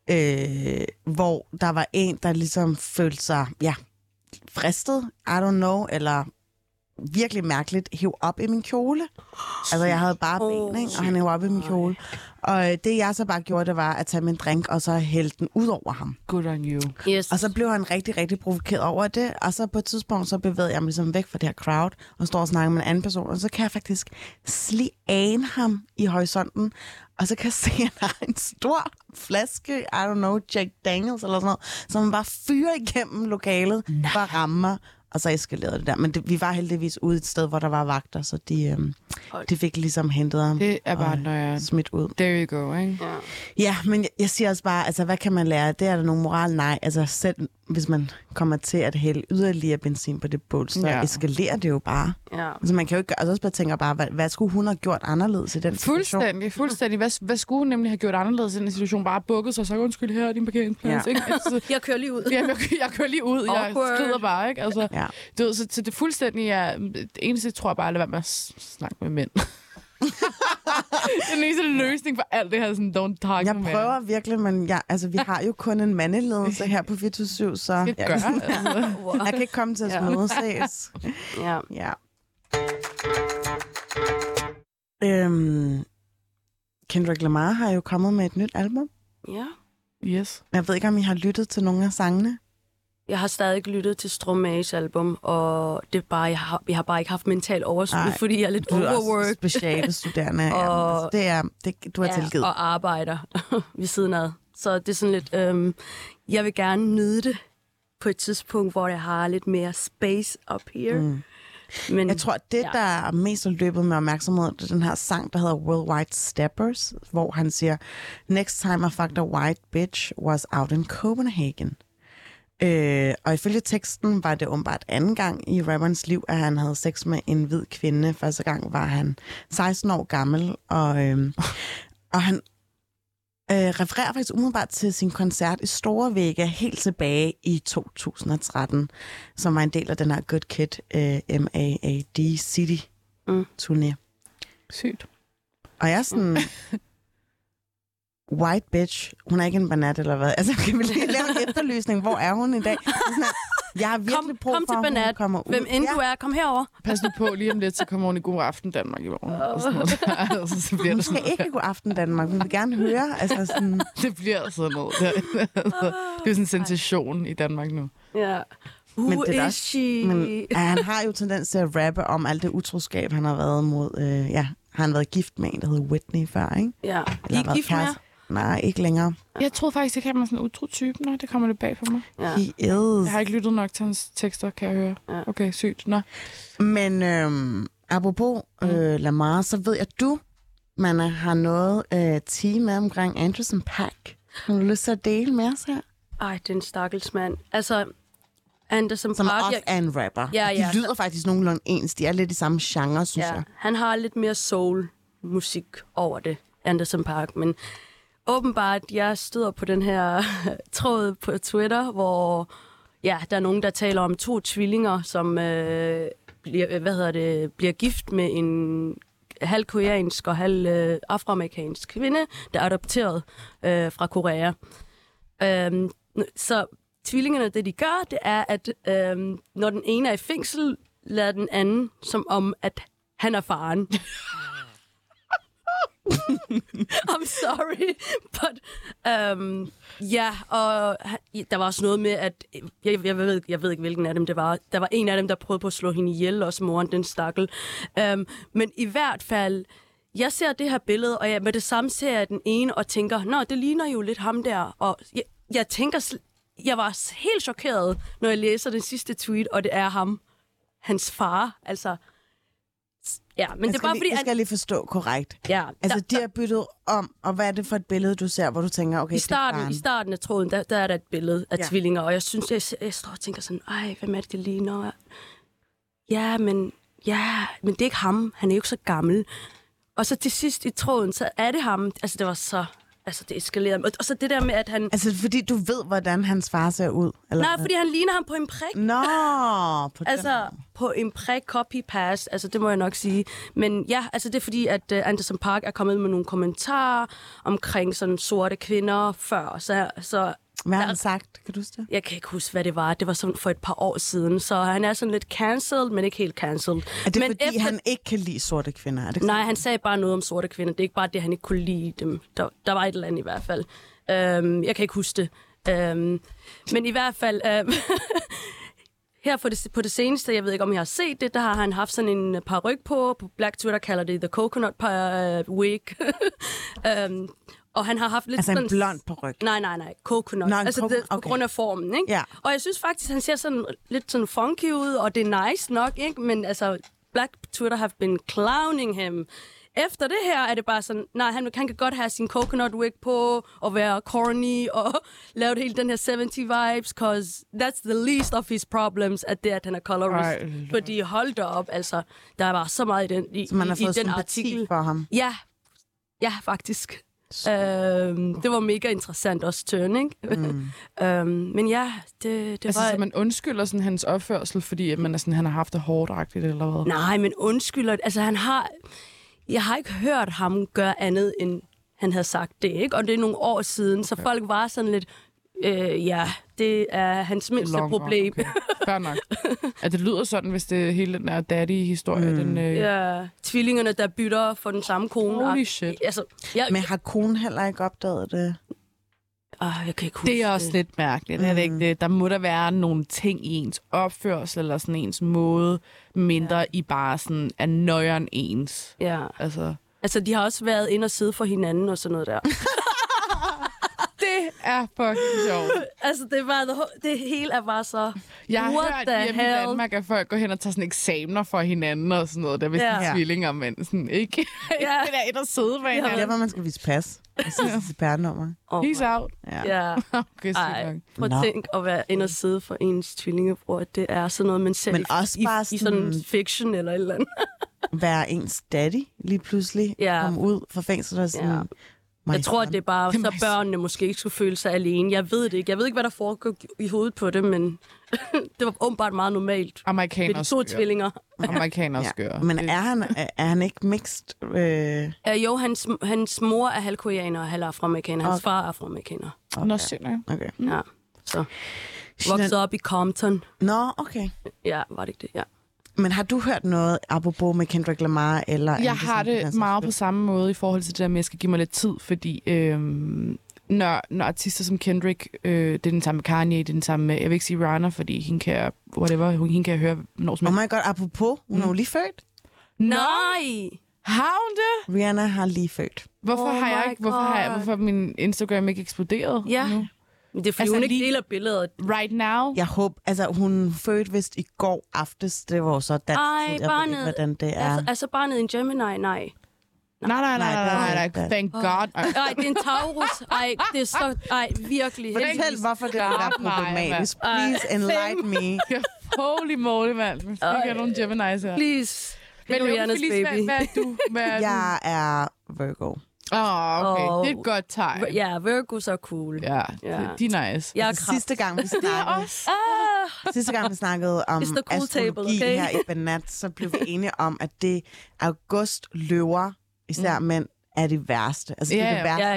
hvor der var en, der ligesom følte sig, fristet, I don't know, eller virkelig mærkeligt, hæv op i min kjole. Altså, jeg havde bare ben, ikke? Og han hæv op i min kjole. Og det, jeg så bare gjorde, det var at tage min drink, og så hælde den ud over ham. Good on you. Yes. Og så blev han rigtig, rigtig provokeret over det. Og så på et tidspunkt, så bevægede jeg mig ligesom væk fra det her crowd, og står og snakker med en anden person. Og så kan jeg faktisk ane ham i horisonten. Og så kan jeg se, at han har en stor flaske, I don't know, Jack Daniels eller sådan noget, som man bare fyrer igennem lokalet for at ramme mig. Og så eskalerede det der. Men vi var heldigvis ude et sted, hvor der var vagter, så de fik ligesom hentet ham. Det er bare smidt ud. There you go, ikke? Ja, men jeg siger også bare, altså hvad kan man lære? Det er der nogen moral? Nej, altså selv hvis man kommer til at hælde yderligere benzin på det bål, så eskalerer det jo bare. Ja. Altså man kan jo ikke gøre, altså også bare tænker bare, hvad skulle hun have gjort anderledes i den situation? Fuldstændig. Hvad skulle hun nemlig have gjort anderledes i den situation? Bare bukket sig, så undskyld her din parkeringsplads, ikke? Altså, jeg kører lige ud. Jeg kører lige ud. Jeg skrider bare, ikke? Altså, så det fuldstændig er, det eneste tror jeg bare, at lade være med at snakke med mænd. Den eneste løsning for alt det her, sådan, don't talk. Jeg prøver virkelig, men vi har jo kun en mandeledelse her på 24/7, så jeg kan ikke komme til at smide ses. Ja. Kendrick Lamar har jo kommet med et nyt album. Ja. Yes. Jeg ved ikke, om I har lyttet til nogle af sangene. Jeg har stadig ikke lyttet til Stromaes album, og det er bare, jeg har bare ikke haft mental overskud, fordi jeg er lidt overworked. Du er også specialestuderende. Og, du har tilgivet. Og arbejder ved siden af. Så det er sådan lidt, jeg vil gerne nyde det på et tidspunkt, hvor jeg har lidt mere space up here. Men, jeg tror, der er mest løbet med opmærksomhed, det er den her sang, der hedder Worldwide Steppers, hvor han siger, Next time I fucked a white bitch was out in Copenhagen. Og ifølge teksten var det åbenbart anden gang i rapperens liv, at han havde sex med en hvid kvinde. Første gang var han 16 år gammel, og han refererer faktisk umiddelbart til sin koncert i Store Vega helt tilbage i 2013, som var en del af den her Good Kid MAAD City turné. Sygt. Og jeg er sådan... White bitch, hun er ikke en banat, eller hvad? Altså, kan vi lige lave en efterlysning? Hvor er hun i dag? Jeg har virkelig brug for, at hun kommer ud. Hvem end du er, kom herover. Pas nu på, lige om lidt, så kommer hun i God Aften Danmark i morgen. Altså, så bliver hun skal ikke i God Aften Danmark. Hun vil gerne høre. Altså, sådan... Det bliver sådan noget. Det er sådan en sensation i Danmark nu. Ja. Men han har jo tendens til at rappe om alt det utroskab, han har været mod... har han været gift med en, der hedder Whitney før, ikke? Ja. I er gift mere? Nej, ikke længere. Jeg troede faktisk ikke, at han var sådan en utro-type. Nå, det kommer lidt bag for mig. Ja. Jeg har ikke lyttet nok til hans tekster, kan jeg høre. Ja. Okay, sygt. Nå. Men apropos Lamar, så ved jeg, at du, man har noget time omkring Anderson .Paak. Har du lyst til at dele med os her? Ej, den stakkels mand. Altså, Anderson .Paak... Som også er en rapper. Ja. De lyder faktisk nogenlunde ens. De er lidt i samme genre, synes jeg. Han har lidt mere soul-musik over det, Anderson .Paak. Men åbenbart, jeg støder på den her tråd på Twitter, hvor der er nogen, der taler om 2 tvillinger, som bliver gift med halv koreansk og halv afroamerikansk kvinde, der er adopteret fra Korea. Så tvillingerne, det de gør, det er, at når den ene er i fængsel, lader den anden som om, at han er faren. I'm sorry, but og der var også noget med, at jeg ved ikke, hvilken af dem det var. Der var en af dem, der prøvede på at slå hende ihjel, også moren, den stakkel. Men i hvert fald, jeg ser det her billede, og med det samme ser jeg den ene og tænker, nå, det ligner jo lidt ham der. Og jeg tænker, jeg var helt chokeret, når jeg læser den sidste tweet, og det er ham, hans far, altså. Ja, men det er bare fordi... Jeg skal lige forstå korrekt. Ja, altså, de har byttet om, og hvad er det for et billede, du ser, hvor du tænker, okay, I starten af tråden, der er der et billede af tvillinger, og jeg synes, jeg står og tænker sådan, hvem er det ligner? Ja, men det er ikke ham. Han er jo ikke så gammel. Og så til sidst i tråden, så er det ham. Altså, det var så... Altså, det eskalerede. Og så det der med, at han... Altså, fordi du ved, hvordan hans far ser ud? Eller nej, fordi han ligner ham på en prik. På en prik, copy-paste. Altså, det må jeg nok sige. Men ja, altså, det er fordi, at Anderson .Paak er kommet med nogle kommentarer omkring sådan sorte kvinder før. Så hvad har han sagt? Kan du huske det? Jeg kan ikke huske, hvad det var. Det var sådan for et par år siden. Så han er sådan lidt cancelled, men ikke helt cancelled. Er det fordi, han ikke kan lide sorte kvinder? Er det nej, han sagde bare noget om sorte kvinder. Det er ikke bare det, han ikke kunne lide dem. Der var et eller andet i hvert fald. Jeg kan ikke huske det. Men i hvert fald... her på det seneste, jeg ved ikke, om jeg har set det, der har han haft sådan en paryk på. På Black Twitter kalder det The Coconut Wig. Og han har haft lidt altså sådan... en blond paryk? Nej. Coconut. På grund af formen, ikke? Ja. Og jeg synes faktisk, han ser sådan lidt sådan funky ud, og det er nice nok, ikke? Men altså, Black Twitter have been clowning him. Efter det her er det bare sådan, nej, han kan godt have sin coconut wig på, og være corny, og lave det hele den her 70 vibes, cause that's the least of his problems, at det, at han er colorist. Fordi hold da op, altså, der var så meget i den, så man har fået den artikel. For ham? Ja, faktisk. Det var mega interessant også turn, ikke? Men ja, det altså, var... så man undskylder sådan hans opførsel, fordi at man er sådan, han har haft det hårdagtigt, eller hvad? Nej, men undskylder... Altså, jeg har ikke hørt ham gøre andet, end han havde sagt det, ikke? Og det er nogle år siden, så folk var sådan lidt... det er hans mindste problem. Okay. Fair nok. At det lyder sådan, hvis det hele den der daddy-historie... Den, ja, tvillingerne, der bytter for den samme kone. Holy shit. Altså, men har konen heller ikke opdaget det? Jeg kan ikke huske det er også lidt mærkeligt, er det ikke det? Der må der være nogle ting i ens opførsel, eller sådan ens måde, mindre i bare sådan er nøjeren ens. Ja. Altså, de har også været inde og sidde for hinanden og sådan noget der. Det er fucking sjovt. Altså, det hele er bare så... Jeg har hørt hjemme i Danmark, at folk går hen og tager sådan eksamener for hinanden og sådan noget. Der hvis de er tvillinger, men sådan ikke. Det er et at sidde med hinanden. Det er, hvor man skal vise pas. Og så CPR-nummer. Peace out. Ja. Okay, prøv at tænke at være inde og sidde for ens tvillingebror. Det er sådan noget, man ser i sådan fiction eller et eller andet. Være ens daddy lige pludselig. Komme ud fra fængslet og sådan... Jeg tror, at det er bare, så børnene måske ikke skulle føle sig alene. Jeg ved det ikke. Jeg ved ikke, hvad der foregår i hovedet på det, men det var åbenbart meget normalt. Amerikanere med de to tvillinger. Amerikanere skøre. Men er han ikke mixed? Jo, hans mor er halvkoreaner og halvafroamerikaner. Hans far er afroamerikaner. Nå, sindssygt. Okay. Ja, så voksede op i Compton. Nå, okay. Ja, var det ikke det? Ja. Men har du hørt noget, apropos med Kendrick Lamar? Eller jeg har det meget på samme måde i forhold til det der med, at jeg skal give mig lidt tid, fordi når artister som Kendrick, det er den samme med Kanye, det er den samme med, jeg vil ikke sige Rihanna, fordi hende kan jeg høre når som helst. Oh my god, apropos, hun er jo lige født. Nej! Har hun det? Rihanna har lige født. Hvorfor er min Instagram ikke eksploderet nu? Men det er fordi, hun ikke deler billedet. Right now? Jeg håber, altså hun fødte vist i går aftes, det var så dansk tid, jeg ved ikke, hvordan det er. Altså barnet en Gemini, nej. Nej, thank God. Nej, det er en Taurus. Ej, det er så... Ej, virkelig. Fortæl, hvorfor det er problematisk. Please enlighten me. Holy moly, mand. Vi skal have nogle Geminis her. Please. Men Rihannas baby. Hvad er du? Jeg er Virgo. Okay. Det er et godt tegn. Ja, Virgos er cool. Ja, de er nice. Jeg er sidste gang, vi snakkede. Det er også. Sidste gang, vi snakkede om It's the cool astrologi table, okay? her i Banat, så blev vi enige om, at det august løver, især mænd, er det værste. Altså, det er det værste.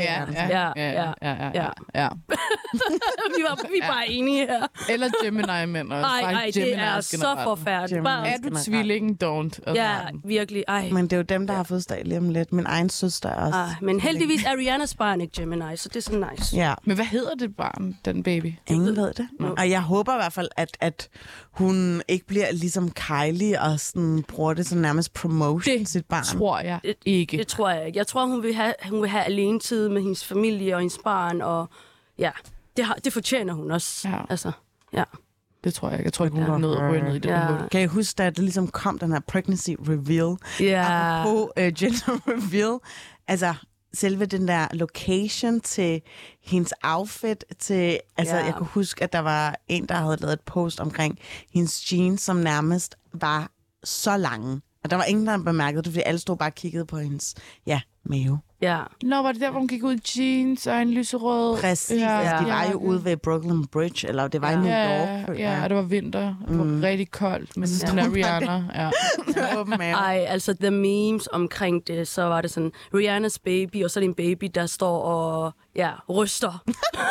Ja. vi er bare enige her. Eller Gemini-mænd også. Ej, det er så forfærdeligt. Gemini. Er du tvillingen, don't. Altså. Ja, virkelig. Ej. Men det er jo dem, der har fødselsdag lige om lidt. Min egen søster er også. Men heldigvis er Rihannas barn ikke Gemini, så det er sådan nice. Ja. Men hvad hedder det barn, den baby? Ingen ved det. Og jeg håber i hvert fald, at hun ikke bliver ligesom Kylie og sådan, bruger det som nærmest promotion sit barn. Tror jeg ikke. Det tror jeg ikke. Jeg tror, hun vil have alene tid med hendes familie og hendes barn, og ja, det fortjener hun også. Ja. Altså, ja. Det tror jeg ikke. Jeg tror ikke, hun har noget røget i det hul. Kan I huske, at det ligesom kom den her pregnancy reveal? Ja. Apropos gender reveal. Altså, selve den der location til hendes outfit til... Altså, jeg kunne huske, at der var en, der havde lavet et post omkring hendes jeans, som nærmest var så lange. Og der var ingen, der bemærkede det, fordi alle stod bare og kiggede på hendes, mave. Ja. Nå, var det der, hvor hun gik ud i jeans og en lyserød... Præcis. Altså, de var jo ude ved Brooklyn Bridge, eller det var i New York. Ja, og det var vinter. Det var rigtig koldt, men den er Rihanna. Ja. Ej, altså the memes omkring det, så var det sådan, Rihannas baby, og så er det en baby, der står og, ryster.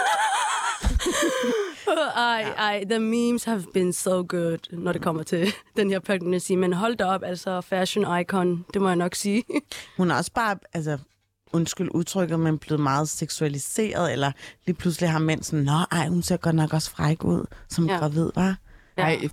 Ej, the memes have been so good, når det kommer til den her pregnancy. Men hold da op, altså fashion icon, det må jeg nok sige. Hun er også bare, altså, undskyld udtrykket, men blevet meget seksualiseret, eller lige pludselig har mænd sådan, hun ser godt nok også fræk ud, som gravid, var. Ej,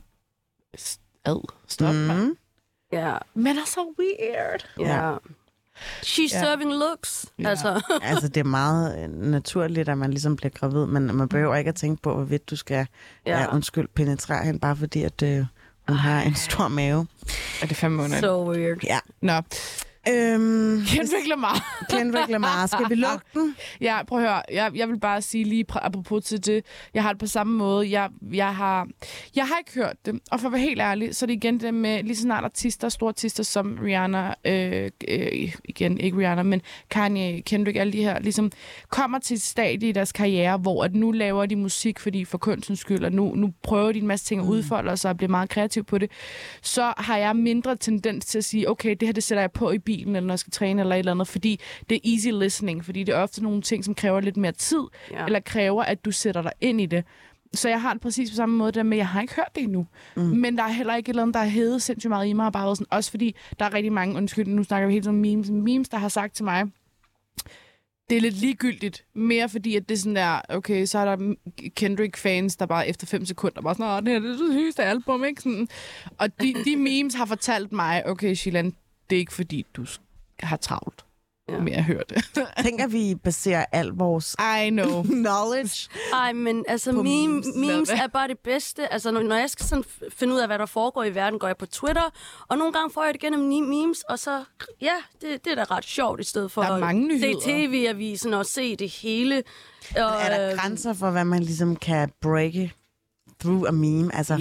stop, mand. Ja. Men er så weird. Ja. She's serving looks. Ja. Altså, det er meget naturligt, at man ligesom bliver gravid, men man behøver ikke at tænke på, hvorvidt du skal, penetrere hende, bare fordi, at hun har en stor mave. Er det 5 måneder? So weird. Ja. Nå. Kendrick Lamar. Kendrick Lamar. Skal vi lukke den? Ja, prøv at høre. Jeg vil bare sige lige apropos til det. Jeg har det på samme måde. Jeg har ikke hørt det. Og for at være helt ærlig, så er det igen det med lige så snart artister, store artister som Rihanna, igen ikke Rihanna, men Kanye, Kendrick, alle de her, ligesom kommer til et stadie i deres karriere, hvor at nu laver de musik for kunstens skyld, og nu prøver de en masse ting at udfolde sig og bliver meget kreativ på det. Så har jeg mindre tendens til at sige, okay, det her det sætter jeg på i bilen, eller når jeg skal træne eller et eller andet, fordi det er easy listening, fordi det er ofte nogle ting, som kræver lidt mere tid, eller kræver, at du sætter dig ind i det. Så jeg har det præcis på samme måde der med, jeg har ikke hørt det endnu. Men der er heller ikke et eller andet, der er hævet sindssygt meget i mig, og bare været sådan, også fordi der er rigtig mange, nu snakker vi helt om memes, der har sagt til mig, det er lidt ligegyldigt, mere fordi, at det er sådan der, okay, så er der Kendrick-fans, der bare efter 5 sekunder bare sådan, det her det er det sygeste album, ikke? Sådan. Og de memes har fortalt mig, okay, Shilan, det er ikke fordi, du har travlt med at høre det. Tænker vi baserer al vores knowledge. Ej, men altså, memes er bare det bedste. Altså, når jeg skal sådan finde ud af, hvad der foregår i verden, går jeg på Twitter, og nogle gange får jeg det gennem memes, og så, det er da ret sjovt, i stedet for at se TV-avisen og se det hele. Og, er der grænser for, hvad man ligesom kan breake through a meme? Altså,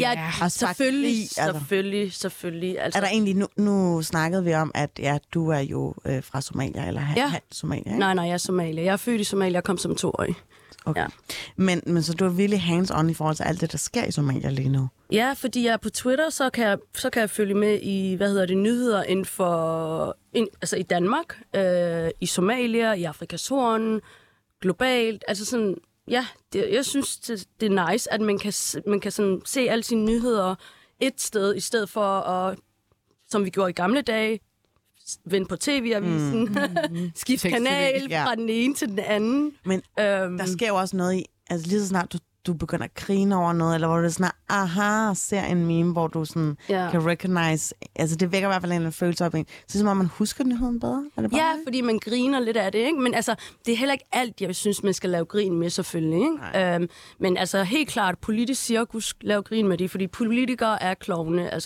selvfølgelig. Altså. Er der egentlig, nu snakkede vi om, at du er jo fra Somalia, eller halv Somalia, ikke? Nej, jeg er Somalia. Jeg er født i Somalia og kom som 2-årig. Okay. Ja. Men så du er virkelig hands-on i forhold til alt det, der sker i Somalia lige nu? Ja, fordi jeg er på Twitter, så kan jeg følge med i, nyheder inden for, altså i Danmark, i Somalia, i Afrikas Horn, globalt, altså sådan. Ja, jeg synes, det er nice, at man kan sådan se alle sine nyheder et sted, i stedet for at, som vi gjorde i gamle dage, vende på TV-avisen, skifte kanal fra den ene til den anden. Men der sker jo også noget i, altså lige så snart du begynder at grine over noget, eller hvor du sådan, ser en meme, hvor du sådan kan recognize, altså det vækker i hvert fald en følelse op i en. Så som om man husker nyheden bedre? Er det bare fordi man griner lidt af det, ikke? Men altså, det er heller ikke alt, jeg synes, man skal lave grin med, selvfølgelig, ikke? Men altså, helt klart, politisk cirkus, lave grin med det, fordi politikere er klovne, altså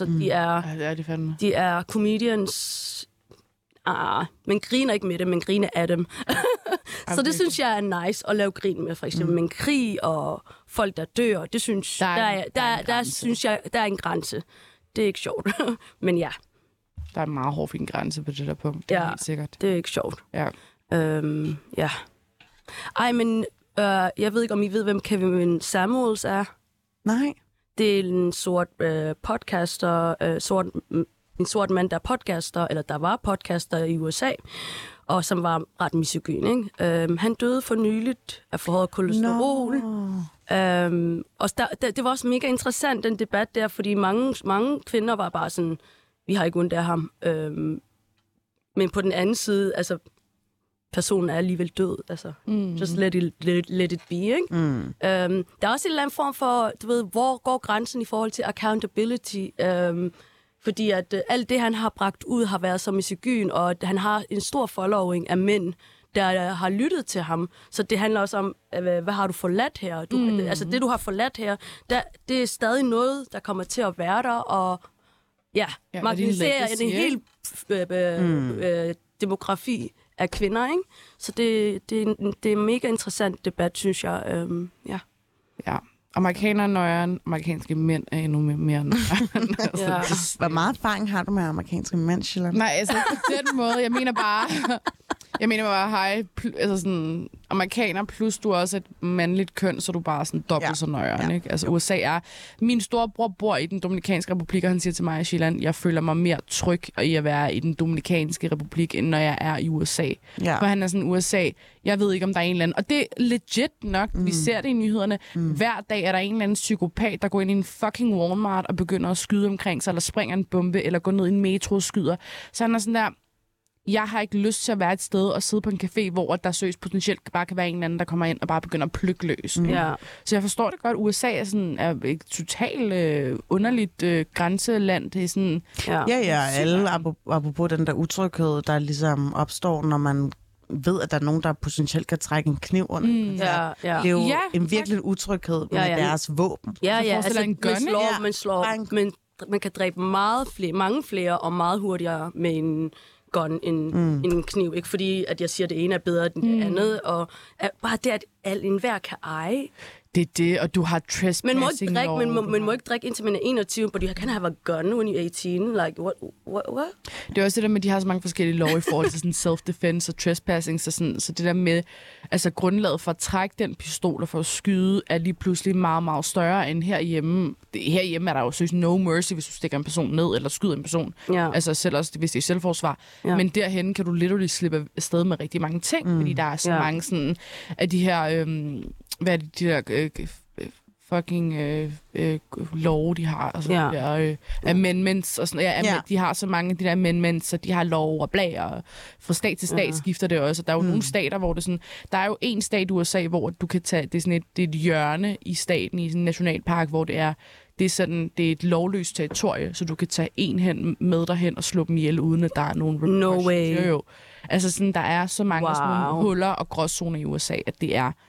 de er comedians. Man griner ikke med det, man griner af dem. Så det synes jeg er nice at lave grin med, for eksempel. Men krig og folk, der dør, det synes der synes jeg, der er en grænse. Det er ikke sjovt. Men ja. Der er en meget hård fin grænse på det der punkt. Det er helt sikkert. Det er ikke sjovt. Ja. Ja. Ej, men jeg ved ikke, om I ved, hvem Kevin Samuels er? Nej. det er en sort podcaster, en sort mand, der er podcaster, eller der var podcaster i USA, og som var ret misogyn, ikke? Han døde for nyligt af forhøjet kolesterol. Og det var også mega interessant, den debat der, fordi mange kvinder var bare sådan, vi har ikke ondt af ham. Men på den anden side, altså, personen er alligevel død. Altså, just let it be, ikke? Der er også en eller anden form for, du ved, hvor går grænsen i forhold til accountability? Fordi at alt det, han har bragt ud, har været så misogyn, og at han har en stor following af mænd, der har lyttet til ham. Så det handler også om, hvad har du forladt her? Altså det, du har forladt her, det er stadig noget, der kommer til at være der, og marginalisere en hel demografi af kvinder, ikke? Så det er en mega interessant debat, synes jeg. Ja. Amerikanere nøjeren, amerikanske mænd er endnu mere nøjeren. Altså, Hvor meget erfaring har du med amerikanske mænd, Sheila? Nej, altså på den måde. Jeg mener bare, hej, altså sådan, amerikaner plus du er også et mandligt køn, så du bare sådan dobbelt så nøjeren, ikke? Altså USA er... Min storebror bor i den Dominikanske Republik, og han siger til mig, Sheila, jeg føler mig mere tryg i at være i den Dominikanske Republik, end når jeg er i USA. Ja. For han er sådan, USA, jeg ved ikke, om der er en eller anden... Og det er legit nok, vi ser det i nyhederne. Hver dag er der en eller anden psykopat, der går ind i en fucking Walmart og begynder at skyde omkring sig, eller springer en bombe, eller går ned i en metro og skyder. Så han er sådan der... Jeg har ikke lyst til at være et sted og sidde på en café, hvor der søs potentielt bare kan være en eller anden, der kommer ind og bare begynder at plukke løs. Så jeg forstår det godt. USA er et totalt underligt grænseland. Det er sådan... Alle apropos den der utryghed, der ligesom opstår, når man ved, at der er nogen, der potentielt kan trække en kniv under. Det er jo en virkelig utryghed med deres våben. Altså en gun, man kan dræbe mange flere og meget hurtigere med en gun en kniv, ikke? Fordi at jeg siger, at det ene er bedre end det andet, og bare det, at enhver kan eje. Det er det, og du har trespassing lov. Man må ikke drikke, indtil man er 21, but you can have a gun when you're 18. Like, what? Det er også det der med, at de har så mange forskellige lov i forhold til sådan self-defense og trespassing, så det der med, altså grundlaget for at trække den pistol og for at skyde, er lige pludselig meget, meget større end herhjemme. Herhjemme er der jo så no mercy, hvis du stikker en person ned eller skyder en person. Ja. Altså selv også, hvis det er selvforsvar. Ja. Men derhen kan du literally slippe afsted med rigtig mange ting, fordi der er så mange sådan, af de her... hvad er det, de der fucking love, de har, og sådan der amendments, og sådan, de har så mange af de der amendments, og de har lov og blag, og fra stat til stat skifter det også, og der er jo nogle stater, hvor det sådan, der er jo en stat i USA, hvor du kan tage, det er sådan et hjørne i staten, i sådan en nationalpark, hvor det er et lovløst territorie, så du kan tage en hen med derhen og slå dem ihjel, uden at der er nogen repercussions. No way. Jo. Altså sådan, der er så mange sådan huller og gråzoner i USA, at det er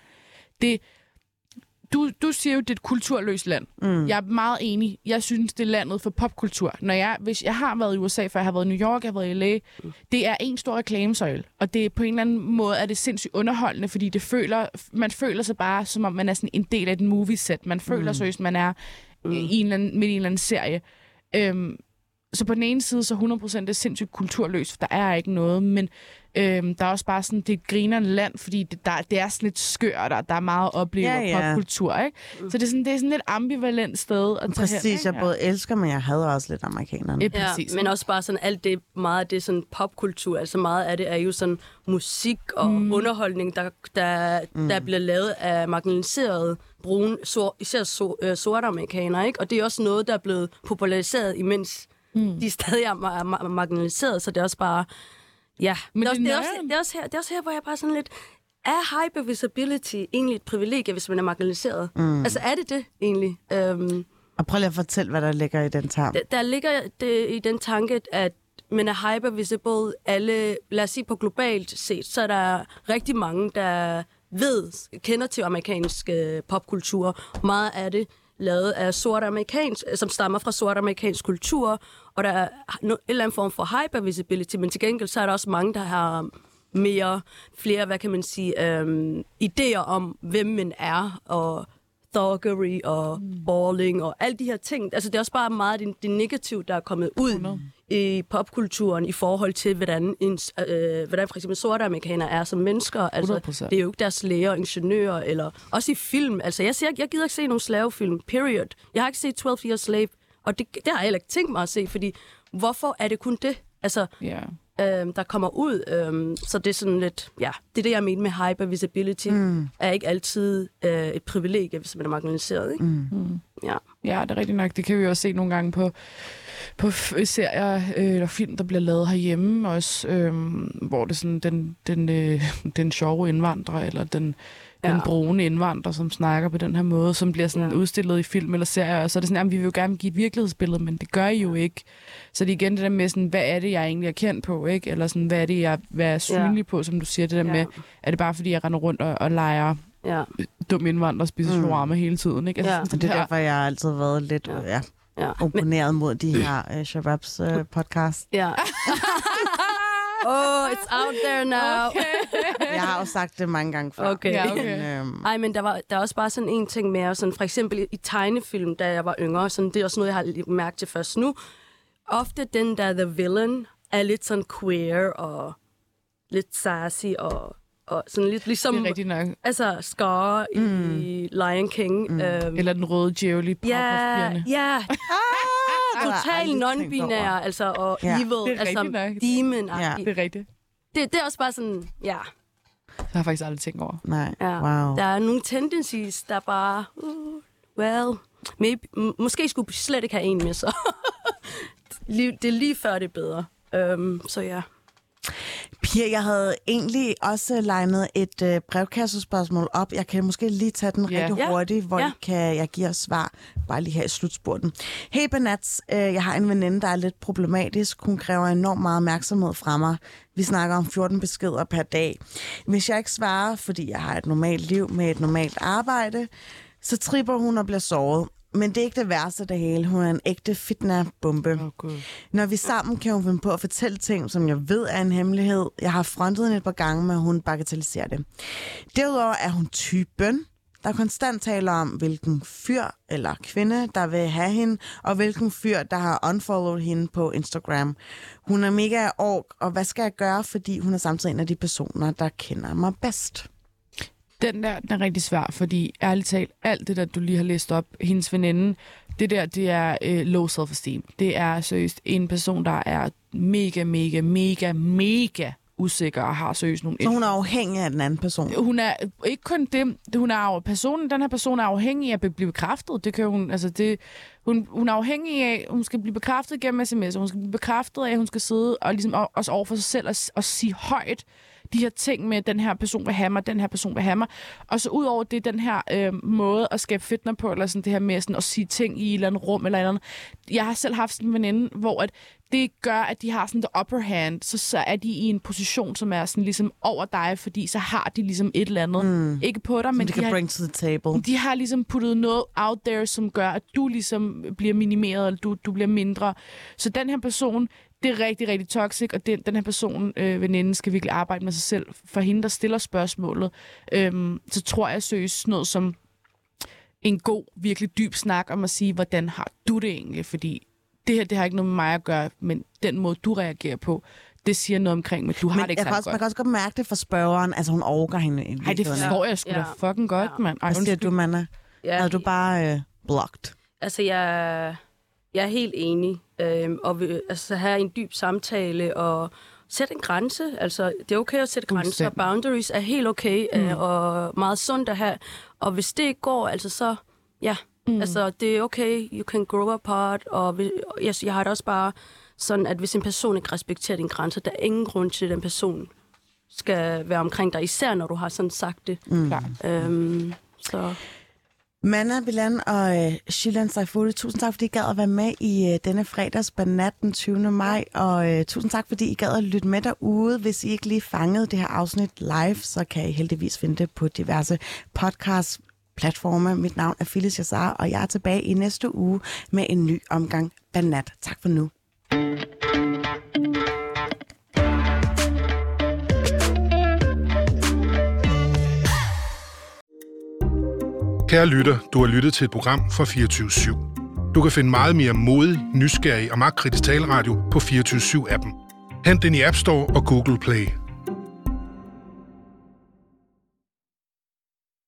Du siger jo, det er et kulturløst land. Jeg er meget enig. Jeg synes, det er landet for popkultur. Hvis jeg har været i USA, for jeg har været i New York, jeg har været i LA, det er en stor reklamesøjle. Og det på en eller anden måde er det sindssygt underholdende, fordi man føler sig bare, som om man er sådan en del af et movieset. Man føler sig, man er i en eller anden serie. Så på den ene side, så 100% det er sindssygt kulturløst, for der er ikke noget, men der er også bare sådan, det er et grinerende land, fordi det er sådan lidt skørt, og der er meget oplevet popkultur, ikke? Så det er sådan lidt ambivalent sted at tage præcis, jeg både elsker, men jeg hader også lidt amerikanerne. Ja, men også bare sådan alt det, meget af det sådan popkultur, altså meget af det er jo sådan musik og underholdning, der bliver lavet af marginaliserede brune, især sorte amerikanere, ikke? Og det er også noget, der er blevet populariseret, imens de stadig er marginaliseret, så det er også bare... Ja, men det er også her, hvor jeg bare sådan lidt... Er hypervisibility egentlig et privilegie, hvis man er marginaliseret? Altså, er det egentlig? Og prøv lige at fortælle, hvad der ligger i den tanke. Der ligger det i den tanke, at man er hypervisible. Alle, lad os sige på globalt set, så er der rigtig mange, der kender til amerikansk popkultur. Meget af det lavet af sort amerikansk, som stammer fra sort amerikansk kultur, og der er en eller anden form for hypervisibility, men til gengæld så er der også mange, der har flere, hvad kan man sige, idéer om, hvem man er, og thuggery og balling og alle de her ting. Altså det er også bare meget det negative, der er kommet ud i popkulturen i forhold til, hvordan for eksempel sorte amerikanere er som mennesker. Altså, 100%. det er jo ikke deres læger, ingeniører, eller også i film. Altså, jeg gider ikke se nogen slavefilm, period. Jeg har ikke set 12 Years Slave, og det har jeg heller ikke tænkt mig at se, fordi hvorfor er det kun det? Altså, der kommer ud. Så det er sådan lidt, det er det, jeg mener med hypervisibility, er ikke altid et privilegie, hvis man er marginaliseret, ikke? Ja, det er rigtigt nok. Det kan vi også se nogle gange på serier eller film, der bliver lavet herhjemme også, hvor det er sådan den sjove indvandrer, eller den brune indvandrer, som snakker på den her måde, som bliver sådan udstillet i film eller serier, og så er det sådan, at vi vil jo gerne give et virkelighedsbillede, men det gør I jo ikke. Så det er igen det der med sådan, hvad er det, jeg egentlig er kendt på, ikke? Eller sådan, hvad er det, jeg er synlig på, som du siger, det der med, er det bare fordi, jeg render rundt og leger dum indvandrer og spiser shawarma hele tiden, ikke? Altså, det er derfor, jeg har altid været lidt opponeret mod de her Shababs podcast. Ja. It's out there now. Okay. Jeg har jo sagt det mange gange før. Okay. Men der er også bare sådan en ting mere, sådan for eksempel i tegnefilm, da jeg var yngre, sådan, det er også noget, jeg har mærket til først nu. Ofte den der the villain er lidt sådan queer og lidt sassy og sådan lidt ligesom... Det er rigtigt nok. Altså Scar i Lion King. Eller den røde djævel i Powerpuff-pigerne. Ja. Total non-binær, altså, og evil, altså demon. Ja, det er rigtigt. Det er også bare sådan, Det har jeg faktisk aldrig tænkt over. Nej, wow. Der er nogle tendencies, der bare, måske skulle slet ikke have en med sig. Det er lige før det er bedre. Så ja. Pia, jeg havde egentlig også legnet et brevkassespørgsmål op. Jeg kan måske lige tage den rigtig hurtigt, hvor jeg giver svar bare lige her i slutspurten. Hey Banats, jeg har en veninde, der er lidt problematisk. Hun kræver enormt meget opmærksomhed fra mig. Vi snakker om 14 beskeder per dag. Hvis jeg ikke svarer, fordi jeg har et normalt liv med et normalt arbejde, så tripper hun og bliver såret. Men det er ikke det værste af det hele. Hun er en ægte fitna-bombe. Når vi sammen kan hun finde på at fortælle ting, som jeg ved er en hemmelighed. Jeg har frontet hende et par gange, men hun bagatelliserer det. Derudover er hun typen, der konstant taler om, hvilken fyr eller kvinde, der vil have hende, og hvilken fyr, der har unfollowed hende på Instagram. Hun er mega ork, og hvad skal jeg gøre, fordi hun er samtidig en af de personer, der kender mig bedst. Den er rigtig svær, fordi ærligt talt, alt det der, du lige har læst op, hendes veninde, det er low self-esteem. Det er seriøst en person, der er mega usikker og har seriøst nogle... Så hun er afhængig af den anden person? Hun er ikke kun det. Den her person er afhængig af at blive bekræftet. Det kan hun... Altså hun er afhængig af, hun skal blive bekræftet gennem sms'er. Hun skal blive bekræftet af, at hun skal sidde og ligesom også over for sig selv og sige højt de her ting med, den her person vil have mig, den her person vil have mig. Og så udover det, den her måde at skabe fitner på, eller sådan det her med sådan at sige ting i et eller andet rum, eller andet. Jeg har selv haft sådan en veninde, hvor at det gør, at de har sådan the upper hand, så er de i en position, som er sådan ligesom over dig, fordi så har de ligesom et eller andet. Ikke på dig, men de kan bring to the table. De har ligesom puttet noget out there, som gør, at du ligesom bliver minimeret, eller du bliver mindre. Så den her person, det er rigtig, rigtig toxic, og den her person, veninden, skal virkelig arbejde med sig selv. For hende, der stiller spørgsmålet, så tror jeg seriøst noget som en god, virkelig dyb snak om at sige, hvordan har du det egentlig? Fordi det her, det har ikke noget med mig at gøre, men den måde, du reagerer på, det siger noget omkring, men du har det ikke særlig godt. Man kan også godt mærke det for spørgeren, altså hun overgår hende. Nej, det forstår jeg sgu da fucking godt, mand. Hvad siger du, Manna? Havde du bare blocked? Altså, jeg er helt enig. Og have en dyb samtale og sætte en grænse. Altså, det er okay at sætte grænser. Boundaries er helt okay og meget sundt at have. Og hvis det ikke går, altså så, altså det er okay. You can grow apart. Og jeg har det også bare sådan, at hvis en person ikke respekterer dine grænser, der er ingen grund til, at den person skal være omkring dig, især når du har sådan sagt det. Så... Manna Bilan og Shilan Saifuli, tusind tak, fordi I gad at være med i denne fredags Banat den 20. maj, og tusind tak, fordi I gad at lytte med derude. Hvis I ikke lige fangede det her afsnit live, så kan I heldigvis finde det på diverse podcast-platforme. Mit navn er Phyllis Jassar, og jeg er tilbage i næste uge med en ny omgang Banat. Tak for nu. Kære lytter, du har lyttet til et program fra 24/7. Du kan finde meget mere modig, nysgerrig og magtkritisk taleradio på 24/7-appen. Hent den i App Store og Google Play.